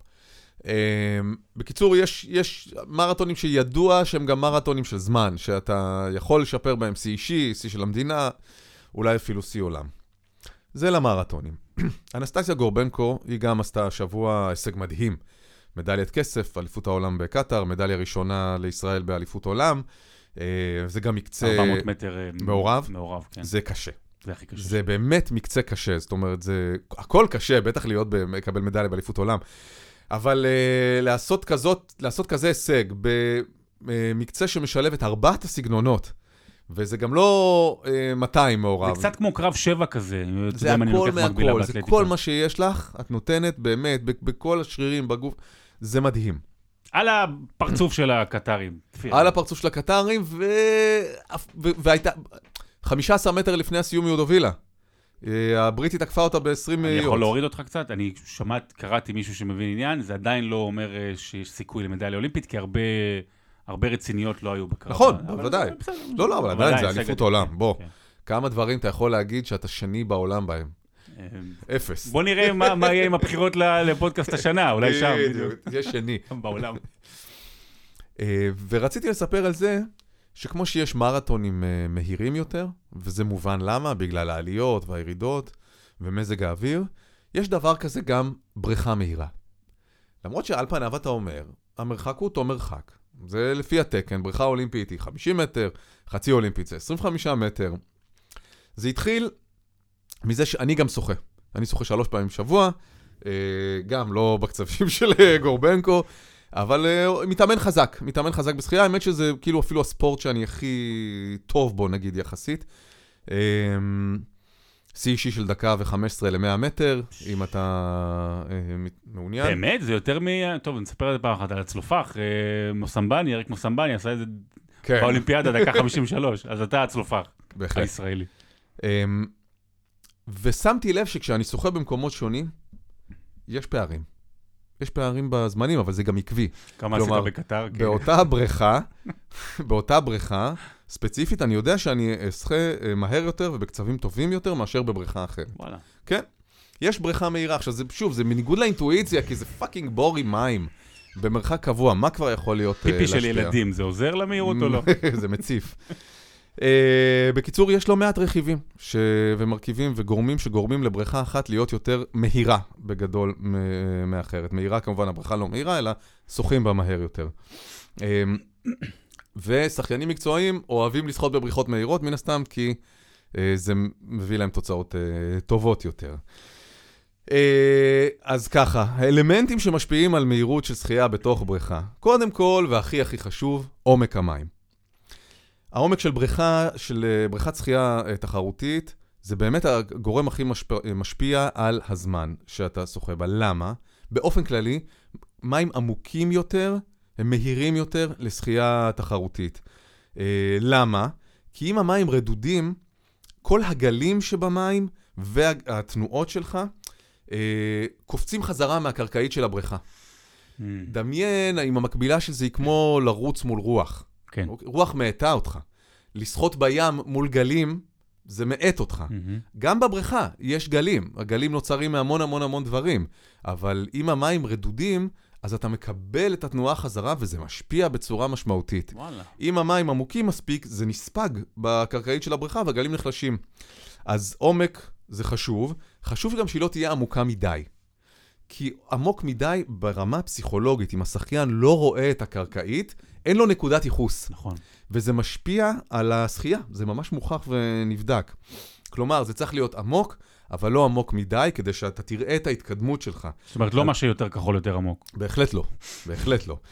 בקיצור, יש מרתונים שידוע שהם גם מרתונים של זמן, שאתה יכול לשפר בהם שיא אישי, שיא של המדינה, אולי אפילו שיא עולם. זה למרתונים. אנסטסיה גורבנקו, היא גם עשתה השבוע הישג מדהים. מדליית כסף, אליפות העולם בקטר, מדליה ראשונה לישראל באליפות עולם. זה גם מקצה 400 מטר מעורב, כן. זה קשה. זה הכי קשה. זה באמת מקצה קשה, זאת אומרת, זה הכל קשה, בטח להיות לקבל מדליה באליפות עולם. אבל לעשות כזה הישג במקצה שמשלב את 4 הסגנונות, וזה גם לא 200 מעורב. זה קצת כמו קרב 7 כזה. זה הכל מהכל, זה כל מה שיש לך, את נותנת באמת, בכל השרירים, בגוף, זה מדהים. על הפרצוף של הקטרים. על הפרצוף של הקטרים, והייתה 15 מטר לפני הסיום היא עוד הובילה. הבריטית תקפה אותה ב-20 אני יכול להוריד אותך קצת? אני קראתי מישהו שמבין עניין, זה עדיין לא אומר שיש סיכוי למדליה אולימפית, כי הרבה רציניות לא היו בקרב. נכון, בוודאי. לא, אבל עדיין זה אליפות העולם. בוא, כמה דברים אתה יכול להגיד שאתה שני בעולם בהם? 0. בוא נראה מה יהיה עם הבחירות לפודקאסט השנה, אולי שם. יש שני. בעולם. ורציתי לספר על זה, שכמו שיש מרתונים מהירים יותר, וזה מובן למה, בגלל העליות והירידות ומזג האוויר, יש דבר כזה גם בריכה מהירה. למרות שעל פניו אתה אומר, המרחק הוא אותו מרחק. זה לפי התקן, בריכה אולימפית היא 50 מטר, חצי אולימפית זה 25 מטר. זה התחיל מזה שאני גם שוחה. אני שוחה 3 פעמים בשבוע, גם לא בקצבים של גורבנקו, אבל מתאמן חזק בשחייה, האמת שזה כאילו אפילו הספורט שאני הכי טוב בו, נגיד, יחסית. שיא אישי של 1:15 ל-100 מטר, אם אתה מעוניין. באמת? זה יותר טוב, נספר את זה פעם אחת על הצלופח, מוסמבני, אריק מוסמבני, עשה את זה באולימפיאדה, 1:53, אז אתה הצלופח, הישראלי. ושמתי לב שכשאני שוחה במקומות שונים, יש פערים. יש פערים בזמנים, אבל זה גם עקבי. כמה עשית בקטר? באותה בריכה, ספציפית, אני יודע שאני אשחה מהר יותר ובקצבים טובים יותר מאשר בבריכה אחרת. וואלה. כן? יש בריכה מהירה. עכשיו, שוב, זה מניגוד לאינטואיציה, כי זה פאקינג בור עם מים. במרחק קבוע, מה כבר יכול להיות להשפיע? פיפי של ילדים, זה עוזר למהירות או לא? זה מציף. בקיצור, יש לא מעט רכיבים ומרכיבים וגורמים שגורמים לבריכה אחת להיות יותר מהירה בגדול מאחרת. מהירה כמובן, הבריכה לא מהירה, אלא שוחים בה מהר יותר. ושחיינים מקצועיים אוהבים לשחות בבריכות מהירות, מן הסתם, כי זה מביא להם תוצאות טובות יותר. אז ככה, האלמנטים שמשפיעים על מהירות של שחייה בתוך בריכה. קודם כל, והכי הכי חשוב, עומק המים. העומק של בריכת שחייה תחרותית, זה באמת הגורם הכי משפיע על הזמן שאתה שוחה בה. למה? באופן כללי, מים עמוקים יותר, הם מהירים יותר לשחייה תחרותית. למה? כי אם המים רדודים, כל הגלים שבמים והתנועות שלך קופצים חזרה מהקרקעית של הבריכה. דמיין, אם המקבילה של זה היא כמו לרוץ מול רוח. כן. רוח מעטה אותך. לשחות בים מול גלים, זה מעט אותך. גם בבריכה יש גלים. הגלים נוצרים מהמון המון המון דברים. אבל אם המים רדודים, אז אתה מקבל את התנועה חזרה, וזה משפיע בצורה משמעותית. וואלה. אם המים עמוקים מספיק, זה נספג בקרקעית של הבריכה, והגלים נחלשים. אז עומק זה חשוב. חשוב גם שהיא לא תהיה עמוקה מדי. כי עמוק מדי ברמה פסיכולוגית, אם השחיין לא רואה את הקרקעית, אין לו נקודת ייחוס. נכון. וזה משפיע על השחייה, זה ממש מוכח ונבדק. כלומר, זה צריך להיות עמוק, אבל לא עמוק מדי, כדי שאתה תראה את ההתקדמות שלך. זאת אומרת, לא מה שיותר כחול יותר עמוק. בהחלט לא, בהחלט לא.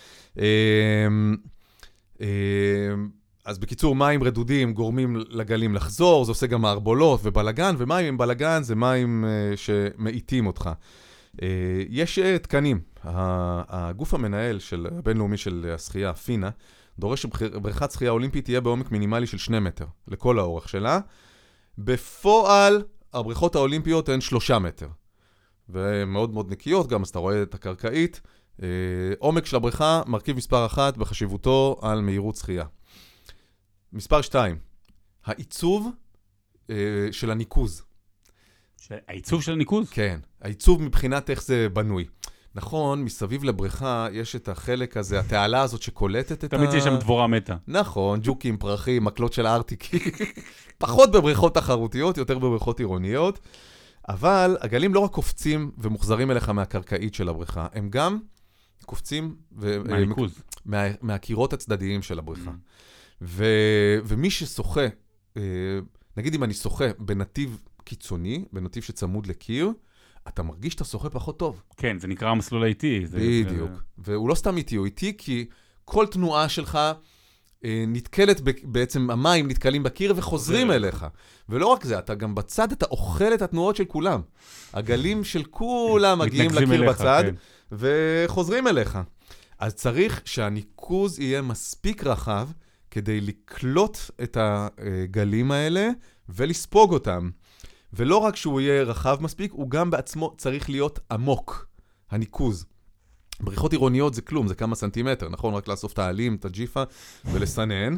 אז בקיצור, מים רדודים גורמים לגלים לחזור, זה עושה גם מערבולות ובלגן, ומים עם בלגן זה מים שמאיטים אותך. יש תקנים. הגוף המנהל הבינלאומי של השחייה, פינה, דורש שבריכת שחייה אולימפית תהיה בעומק מינימלי של 2 מטר, לכל האורך שלה. בפועל, הבריכות האולימפיות הן 3 מטר. ומאוד מאוד נקיות, גם אז אתה רואה את הקרקעית. עומק של הבריכה, מרכיב מספר 1 בחשיבותו על מהירות שחייה. מספר 2, העיצוב של הניקוז. העיצוב של הניקוז? כן, העיצוב מבחינת איך זה בנוי. נכון, מסביב לבריכה יש את החלק הזה, התעלה הזאת שקולטת את תמיד יש שם דבורה מתה. נכון, ג'וקים, פרחים, מקלות של ארטיקים. פחות בבריכות תחרותיות, יותר בבריכות עירוניות. אבל הגלים לא רק קופצים ומוחזרים אליך מהקרקעית של הבריכה, הם גם קופצים מהניקוז. מהקירות הצדדיים של הבריכה. ומי ששוחה, נגיד אם אני שוחה בנתיב קיצוני, בנתיב שצמוד לקיר, אתה מרגיש שאתה שוחה פחות טוב. כן, זה נקרא המסלול האיטי. בדיוק. והוא לא סתם איטי, הוא איטי כי כל תנועה שלך נתקלת, בעצם המים נתקלים בקיר וחוזרים אליך. ולא רק זה, אתה גם בצד, אתה אוכל את התנועות של כולם. הגלים של כולם מגיעים לקיר בצד, וחוזרים אליך. אז צריך שהניקוז יהיה מספיק רחב, כדי לקלוט את הגלים האלה, ולספוג אותם. ולא רק שהוא יהיה רחב מספיק, הוא גם בעצמו צריך להיות עמוק, הניקוז. בריכות עירוניות זה כלום, זה כמה סנטימטר, נכון? רק לאסוף את העלים, את הג'יפה ולסנן.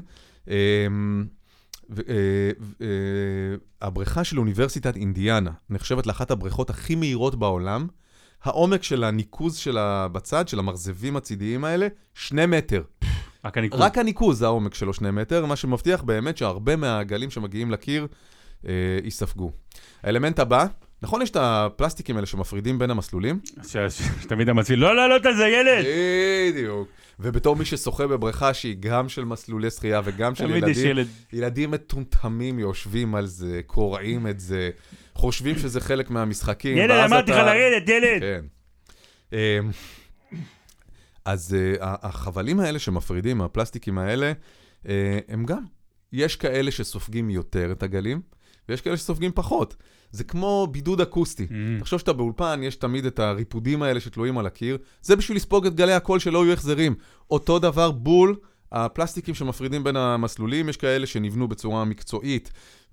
הבריכה של אוניברסיטת אינדיאנה נחשבת לאחת הבריכות הכי מהירות בעולם. העומק של הניקוז שלה בצד, של המרזבים הצידיים האלה, 2 מטר. רק הניקוז זה העומק שלו 2 מטר, מה שמבטיח באמת שהרבה מהגלים שמגיעים לקיר ייספגו. האלמנט הבא, נכון יש את הפלסטיקים האלה שמפרידים בין המסלולים? שתמיד המציל, לא, זה ילד! בדיוק. ובתור מי ששוחה בבריכה שהיא גם של מסלולי שחייה וגם של ילדים, ילדים מטומטמים יושבים על זה, קוראים את זה, חושבים שזה חלק מהמשחקים. ילד, אמרתי לך לרדת, ילד! כן. אז החבלים האלה שמפרידים, הפלסטיקים האלה, הם גם. יש כאלה שסופגים יותר את הגלים, ויש כאלה שסופגים פחות. זה כמו בידוד אקוסטי. תחשוב שאתה באולפן, יש תמיד את הריפודים האלה שתלויים על הקיר, זה בשביל לספוג את גלי הקול שלא יהיו החזרים. אותו דבר בול, הפלסטיקים שמפרידים בין המסלולים, יש כאלה שנבנו בצורה מקצועית,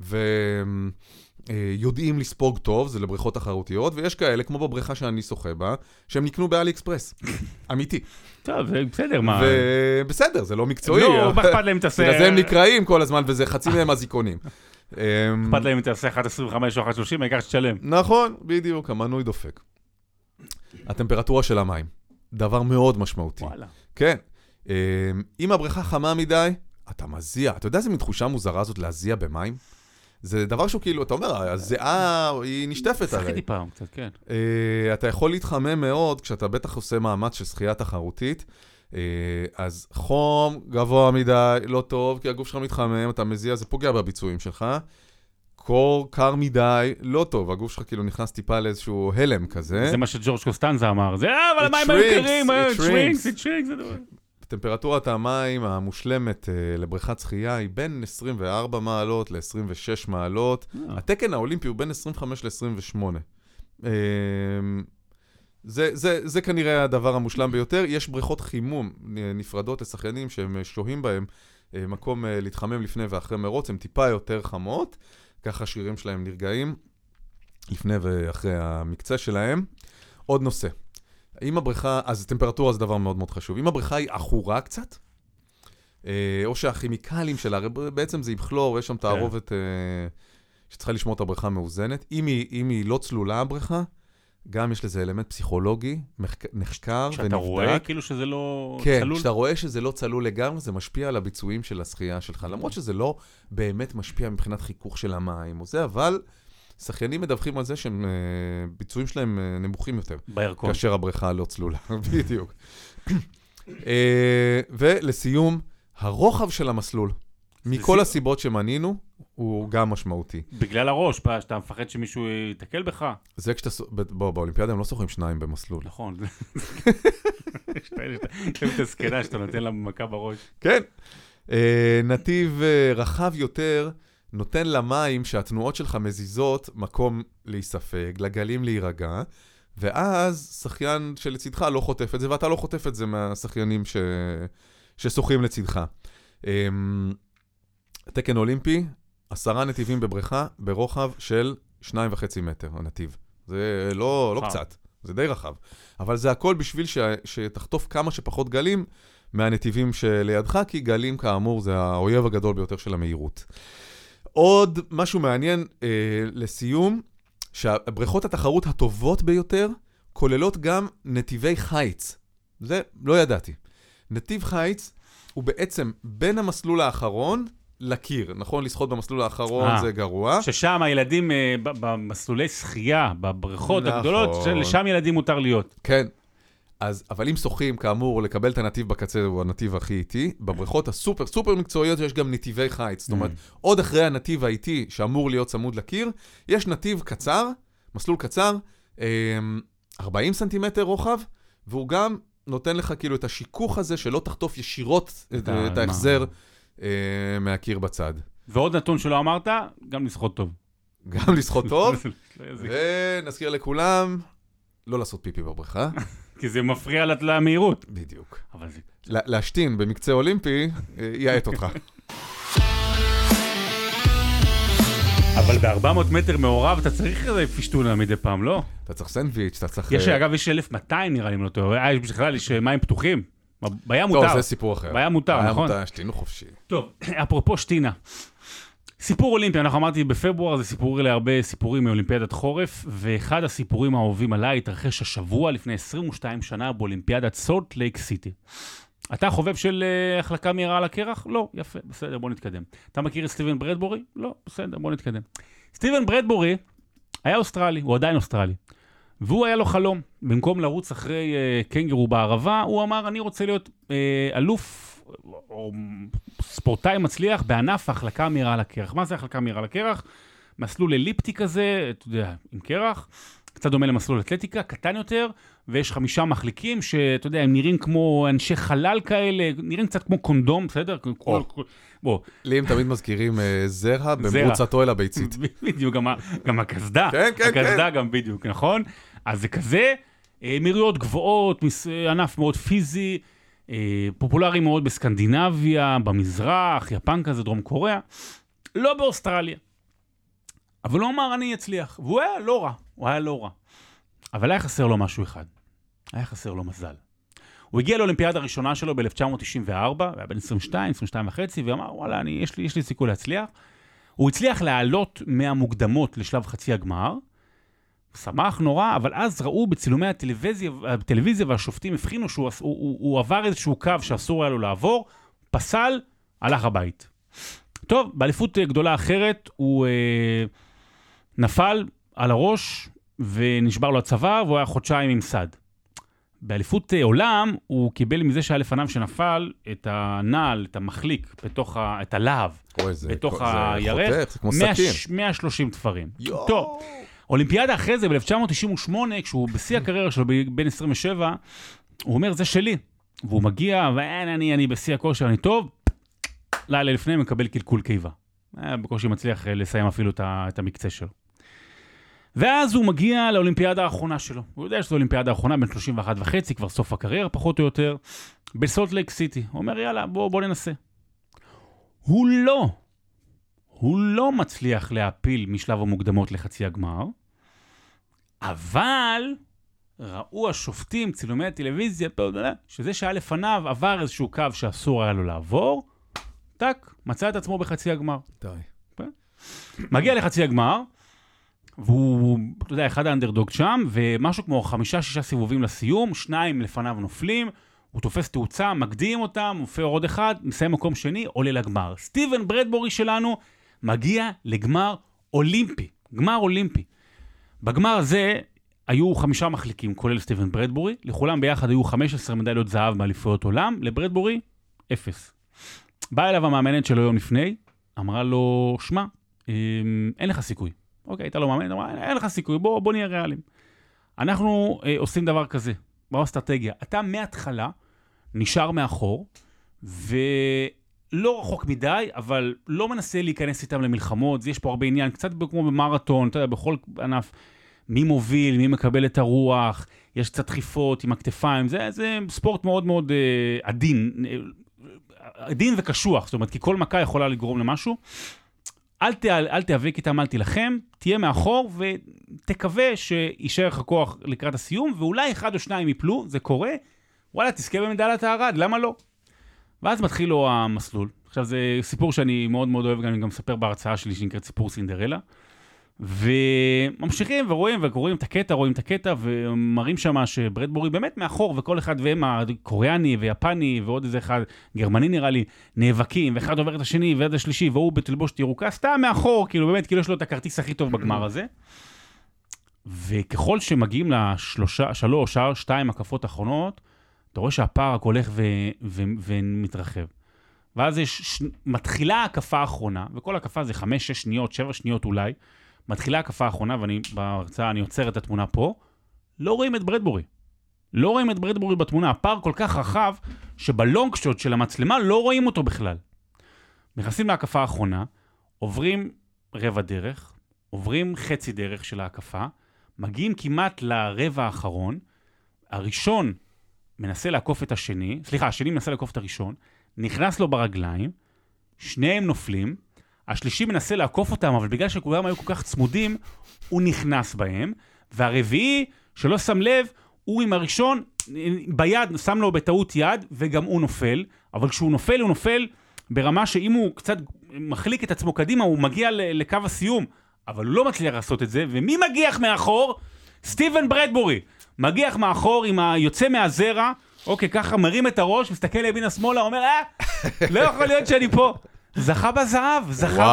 ויודעים לספוג טוב, זה לבריכות תחרותיות, ויש כאלה, כמו בבריכה שאני שוחה בה, שהם נקנו באלי אקספרס. אמיתי. טוב, זה בסדר, מה? בסדר, זה לא מקצועי. לא, מה אכפת להם תעשה... בגלל זה הם נקראים כל הזמן, וזה חצי מהם הזיכונים. אכפת להם תעשה 1.25 או 1.30, העיקר שתשלם. נכון, בדיוק, המנוי דופק. הטמפרטורה של המים, דבר מאוד משמעותי. וואלה. כן. אם הבריכה חמה מדי, אתה מזיע. אתה יודע איזה מתחושה מוזרה הזאת להזיע במים? זה דבר שהוא כאילו, אתה אומר, הזיעה היא נשטפת עליי. שחקתי פעם קצת, כן. אתה יכול להתחמם מאוד, כשאתה בטח עושה מאמץ של שחייה תחרותית, אז חום גבוה מדי, לא טוב, כי הגוף שלך מתחמם, אתה מזיע, זה פוגע בביצועים שלך. קור קר מדי, לא טוב, הגוף שלך כאילו נכנס טיפה לאיזשהו הלם כזה. זה מה שג'ורג' קוסטנזה אמר, זה, אבל המים היו קרים, it shrinks, זה דבר. טמפרטורת המים המושלמת לבריכת שחייה היא בין 24 מעלות ל-26 מעלות. התקן האולימפי הוא בין 25 ל-28. זה כנראה הדבר המושלם ביותר. יש בריכות חימום נפרדות לשחיינים שהם שוהים בהם, מקום להתחמם לפני ואחרי מרוץ, הן טיפה יותר חמות, ככה השרירים שלהם נרגעים לפני ואחרי המקצה שלהם. עוד נושא. אם הבריכה, אז טמפרטורה זה דבר מאוד מאוד חשוב. אם הבריכה היא אחורה קצת, או שהכימיקלים שלה, בעצם זה עם כלור, יש שם תערובת שצריכה לשמור את הבריכה מאוזנת. אם היא לא צלולה הבריכה, גם יש לזה אלמנט פסיכולוגי, נחקר ונבדק. כשאתה רואה כאילו שזה לא כן, צלול? כן, כשאתה רואה שזה לא צלול לגמרי, זה משפיע על הביצועים של השחייה שלך, למרות שזה לא באמת משפיע מבחינת חיכוך של המים או זה, אבל שחיינים מדווחים על זה שהם ביצועים שלהם נמוכים יותר. בירקון. כאשר הבריכה לא צלולה, בדיוק. ולסיום, הרוחב של המסלול, מכל הסיבות שמנינו, הוא גם משמעותי. בגלל הראש, שאתה מפחד שמישהו יתקל בך? זה כשאתה... באולימפיאדה הם לא שוחים שניים במסלול. נכון. יש את הסקנה שאתה נותן לה מכה בראש. כן. נתיב רחב יותר נותן למים שהתנועות שלך מזיזות מקום להיספג, לגלים להירגע, ואז שחיין שלצדך לא חוטף את זה, ואתה לא חוטף את זה מהשחיינים ששוחים לצדך. תקן אולימפי, 10 נתיבים בבריכה, ברוחב של 2.5 מטר, הנתיב. זה לא קצת, זה די רחב. אבל זה הכל בשביל שתחטוף כמה שפחות גלים מהנתיבים שלידך, כי גלים כאמור זה האויב הגדול ביותר של המהירות. עוד משהו מעניין לסיום, שהבריכות התחרות הטובות ביותר כוללות גם נתיבי חיץ. זה לא ידעתי. נתיב חיץ הוא בעצם בין המסלול האחרון לקיר. נכון, לשחות במסלול האחרון זה גרוע. ששם הילדים במסלולי שחייה, בבריכות הגדולות, לשם ילדים מותר להיות. כן. אבל אם שוחים, כאמור, לקבל את הנתיב בקצה הוא הנתיב הכי איטי, בבריכות הסופר, סופר מקצועיות יש גם נתיבי חיץ. זאת אומרת, עוד אחרי הנתיב האיטי שאמור להיות צמוד לקיר, יש נתיב קצר, מסלול קצר, 40 סנטימטר רוחב, והוא גם נותן לך כאילו את השיכוך הזה שלא תחטוף ישירות את ההחזר מהקיר בצד. ועוד נתון שלא אמרת, גם לשחות טוב. גם לשחות טוב, ונזכיר לכולם, לא לעשות פיפי בבריכה. כי זה מפריע למהירות. בדיוק. להשתין במקצה אולימפי, יעט אותך. אבל ב-400 מטר מעורב אתה צריך איזה פשטונה מדי פעם, לא? אתה צריך סנדוויץ', אתה צריך... אגב, יש 1200 נראה לי, אם לא טוב. יש בכלל, יש מים פתוחים. בים מותר. טוב, זה סיפור אחר. בים מותר, נכון? בים מותר, שתינו חופשי. טוב, אפרופו שתינה. סיפור אולימפי, אנחנו אמרתי בפברואר, זה סיפור להרבה סיפורים מאולימפיאדת חורף, ואחד הסיפורים האהובים עליי התרחש השבוע לפני 22 שנה באולימפיאדת סולט לייק סיטי. אתה חובב של החלקה מהירה על הקרח? לא, יפה, בסדר, בוא נתקדם. אתה מכיר את סטיבן ברדבורי? לא, בסדר, בוא נתקדם. סטיבן ברדבורי היה אוסטרלי, הוא עדיין אוסטרלי, והוא היה לו חלום. במקום לרוץ אחרי קנגרו בערבה, הוא אמר, אני רוצה להיות אלוף או ספורטאי מצליח בענף ההחלקה מהירה על הקרח. מה זה החלקה מהירה על הקרח? מסלול אליפטי כזה, אתה יודע, עם קרח, קצת דומה למסלול אתלטיקה, קטן יותר, ויש 5 מחליקים שאתה יודע, הם נראים כמו אנשי חלל כאלה, נראים קצת כמו קונדום, בסדר? לי הם תמיד מזכירים זרע במרוצתו אל הביצית. בדיוק, גם הקסדה. כן, כן, כן. הקסדה גם בדיוק, נכון? אז זה כזה, מהירויות גבוהות, ענף מאוד פיזי, פופולרי מאוד בסקנדינביה, במזרח, יפן כזה, דרום קוריאה, לא באוסטרליה. אבל הוא אמר, אני אצליח. והוא היה לא רע, הוא היה לא רע. אבל היה חסר לו משהו אחד. היה חסר לו מזל. הוא הגיע לאולימפיאדה הראשונה שלו ב-1994, היה בן 22, 22 וחצי, ואמר, וואלה, יש לי סיכוי להצליח. הוא הצליח לעלות מהמוקדמות לשלב חצי הגמר, שמח נורא, אבל אז ראו בצילומי הטלוויזיה והשופטים הבחינו שהוא עבר איזשהו קו שאסור היה לו לעבור, פסל, הלך הבית. טוב, באליפות גדולה אחרת הוא נפל על הראש ונשבר לו הצוואר, והוא היה חודשיים עם סד. באליפות עולם הוא קיבל מזה שהיה לפניו שנפל את הנעל, את המחליק, את הלהב, בתוך הירך, 130 תפרים. טוב. אולימפיאדה אחרי זה, ב-1998, כשהוא בשיא הקריירה שלו, בין 27, הוא אומר, זה שלי. והוא מגיע, ואני בשיא הכושר, אני טוב, לילה לפני מקבל קלקול קיבה. בקושי מצליח לסיים אפילו את המקצה שלו. ואז הוא מגיע לאולימפיאדה האחרונה שלו. הוא יודע שזו אולימפיאדה האחרונה, בין 31 וחצי, כבר סוף הקריירה, פחות או יותר, בסולט לייק סיטי. הוא אומר, יאללה, בוא ננסה. הוא לא מצליח להפיל משלב המוקדמות לחצי הגמר, אבל ראו השופטים, צילומי הטלוויזיה, שזה שהיה לפניו עבר איזשהו קו שאסור היה לו לעבור, טק, מצא את עצמו בחצי הגמר. די. מגיע לחצי הגמר, והוא, אתה יודע, אחד האנדרדוג שם, ומשהו כמו 5-6 סיבובים לסיום, 2 לפניו נופלים, הוא תופס תאוצה, מקדים אותם, מופיע עוד אחד, מסיים מקום שני, עולה לגמר. סטיבן ברדבורי שלנו מגיע לגמר אולימפי, גמר אולימפי. בגמר הזה היו 5 מחליקים, כולל סטיבן ברדבורי, לכולם ביחד היו 15 מדליות זהב מאליפויות עולם, לברדבורי 0. באה אליו המאמנת שלו יום לפני, אמרה לו, שמע, אין לך סיכוי. אוקיי, הייתה לו מאמנת, אמרה, אין לך סיכוי, בוא נהיה ריאליים. אנחנו עושים דבר כזה, באסטרטגיה. אתה מההתחלה נשאר מאחור, ולא רחוק מדי, אבל לא מנסה להיכנס איתם למלחמות, יש פה הרבה עניין, קצת כמו במרתון, אתה יודע, בכל ענף, מי מוביל, מי מקבל את הרוח, יש קצת דחיפות עם הכתפיים, זה ספורט מאוד מאוד עדין וקשוח, זאת אומרת, כי כל מכה יכולה לגרום למשהו. אל תיאבק איתם, אל תילחם, תהיה מאחור ותקווה שישאר לך כוח לקראת הסיום, ואולי 1 או 2 יפלו, זה קורה, וואלה, תזכה במדליית הארד, למה לא? ואז מתחיל לו המסלול. עכשיו, זה סיפור שאני מאוד מאוד אוהב, אני גם מספר בהרצאה שלי שנקראת סיפור סינדרלה, וממשיכים ורואים את הקטע, רואים את הקטע, ומראים שמה שברדבורי באמת מאחור, וכל אחד והם הקוריאני ויפני, ועוד איזה אחד, גרמני נראה לי, נאבקים, ואחד עובר את השני, ועד השלישי, והוא בתלבושת ירוקה, סתם מאחור, כאילו באמת, כאילו יש לו את הכרטיס הכי טוב בגמר הזה. וככל שמגיעים ל3-2 הקפות האחרונות, אתה רואה שהפער רק הולך ומתרחב. ואז מתחילה ההקפה האחרונה, וכל הקפה זה 5-6 שניות, 7 שניות אולי, מתחילה הקפה האחרונה, ואני בהרצאה, אני עוצר את התמונה פה, לא רואים את ברדבורי. לא רואים את ברדבורי בתמונה. הפער כל כך רחב, שבלונג שוט של המצלמה לא רואים אותו בכלל. נכנסים להקפה האחרונה, עוברים רבע דרך, עוברים חצי דרך של ההקפה, מגיעים כמעט לרבע האחרון, הראשון מנסה לעקוף את השני, השני מנסה לעקוף את הראשון, נכנס לו ברגליים, שניהם נופלים, השלישי מנסה לעקוף אותם, אבל בגלל שכולם היו כל כך צמודים, הוא נכנס בהם, והרביעי, שלא שם לב, הוא עם הראשון, ביד, שם לו בטעות יד, וגם הוא נופל, אבל כשהוא נופל, הוא נופל ברמה שאם הוא קצת מחליק את עצמו קדימה, הוא מגיע לקו הסיום, אבל הוא לא מצליח לעשות את זה, ומי מגיח מאחור? סטיבן ברדבורי. מגיח מאחור עם היוצא מהזרע, אוקיי, ככה מרים את הראש, מסתכל לימין השמאלה, אומר, לא יכול להיות שאני פה. זכה בזהב.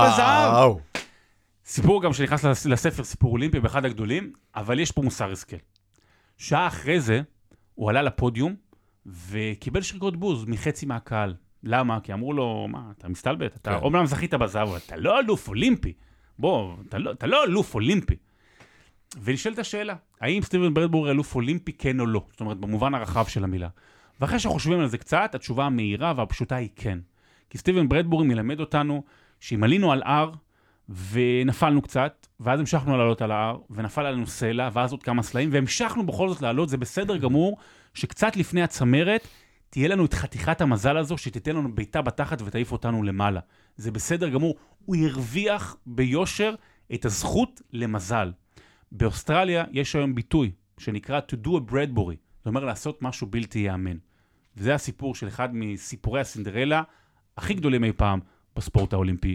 סיפור גם שנכנס לספר סיפור אולימפי באחד הגדולים, אבל יש פה מוסר השכל. שעה אחרי זה, הוא עלה לפודיום, וקיבל שריקות בוז מחצי מהקהל. למה? כי אמרו לו, מה, אתה מסתלבט? אתה אומנם זכית בזהב, אבל אתה לא אלוף אולימפי. בוא, אתה לא אלוף אולימפי. ונשאלת השאלה, האם סטיבן ברדבורי אלוף אולימפי כן או לא? זאת אומרת, במובן הרחב של המילה. ואחרי שחושבים על זה קצת, התשובה המהירה והפשוטה היא כן. כי סטיבן ברדבורי מלמד אותנו שאם עלינו על הר ונפלנו קצת, ואז המשכנו לעלות על ההר, ונפל עלינו סלע, ואז עוד כמה סלעים, והמשכנו בכל זאת לעלות, זה בסדר גמור, שקצת לפני הצמרת, תהיה לנו את חתיכת המזל הזו, שתיתן לנו ביתה בתחת ותעיף אותנו למעלה. זה בסדר גמור. הוא הרוויח ביושר את הזכות למזל. באוסטרליה יש היום ביטוי שנקרא to do a Bradbury, זאת אומרת לעשות משהו בלתי יאמן. וזה הסיפור של אחד מסיפורי הסינדרלה הכי גדולים אי פעם בספורט האולימפי.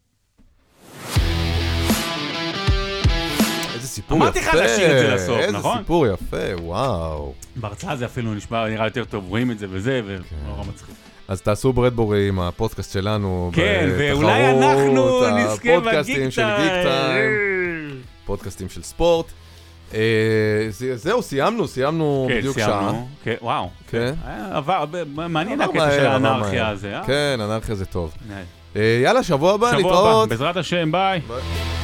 איזה סיפור יפה. אמרתי לך להשאיר את זה לסוף, נכון? איזה סיפור יפה, וואו. בהרצאה זה אפילו נראה יותר טוב, רואים את זה וזה, ונורא מצחיק. אז תעשו ברדבורי עם הפודקאסט שלנו. כן, ואולי אנחנו נזכה הפודקאסטים של גיק טיים, פודקאסטים של ספורט. זהו, סיימנו בדיוק שעה. כן, וואו. מעניין הקטע של האנרכיה הזה. כן, אנרכיה זה טוב. יאללה, שבוע הבא, להתראות. בעזרת השם, ביי.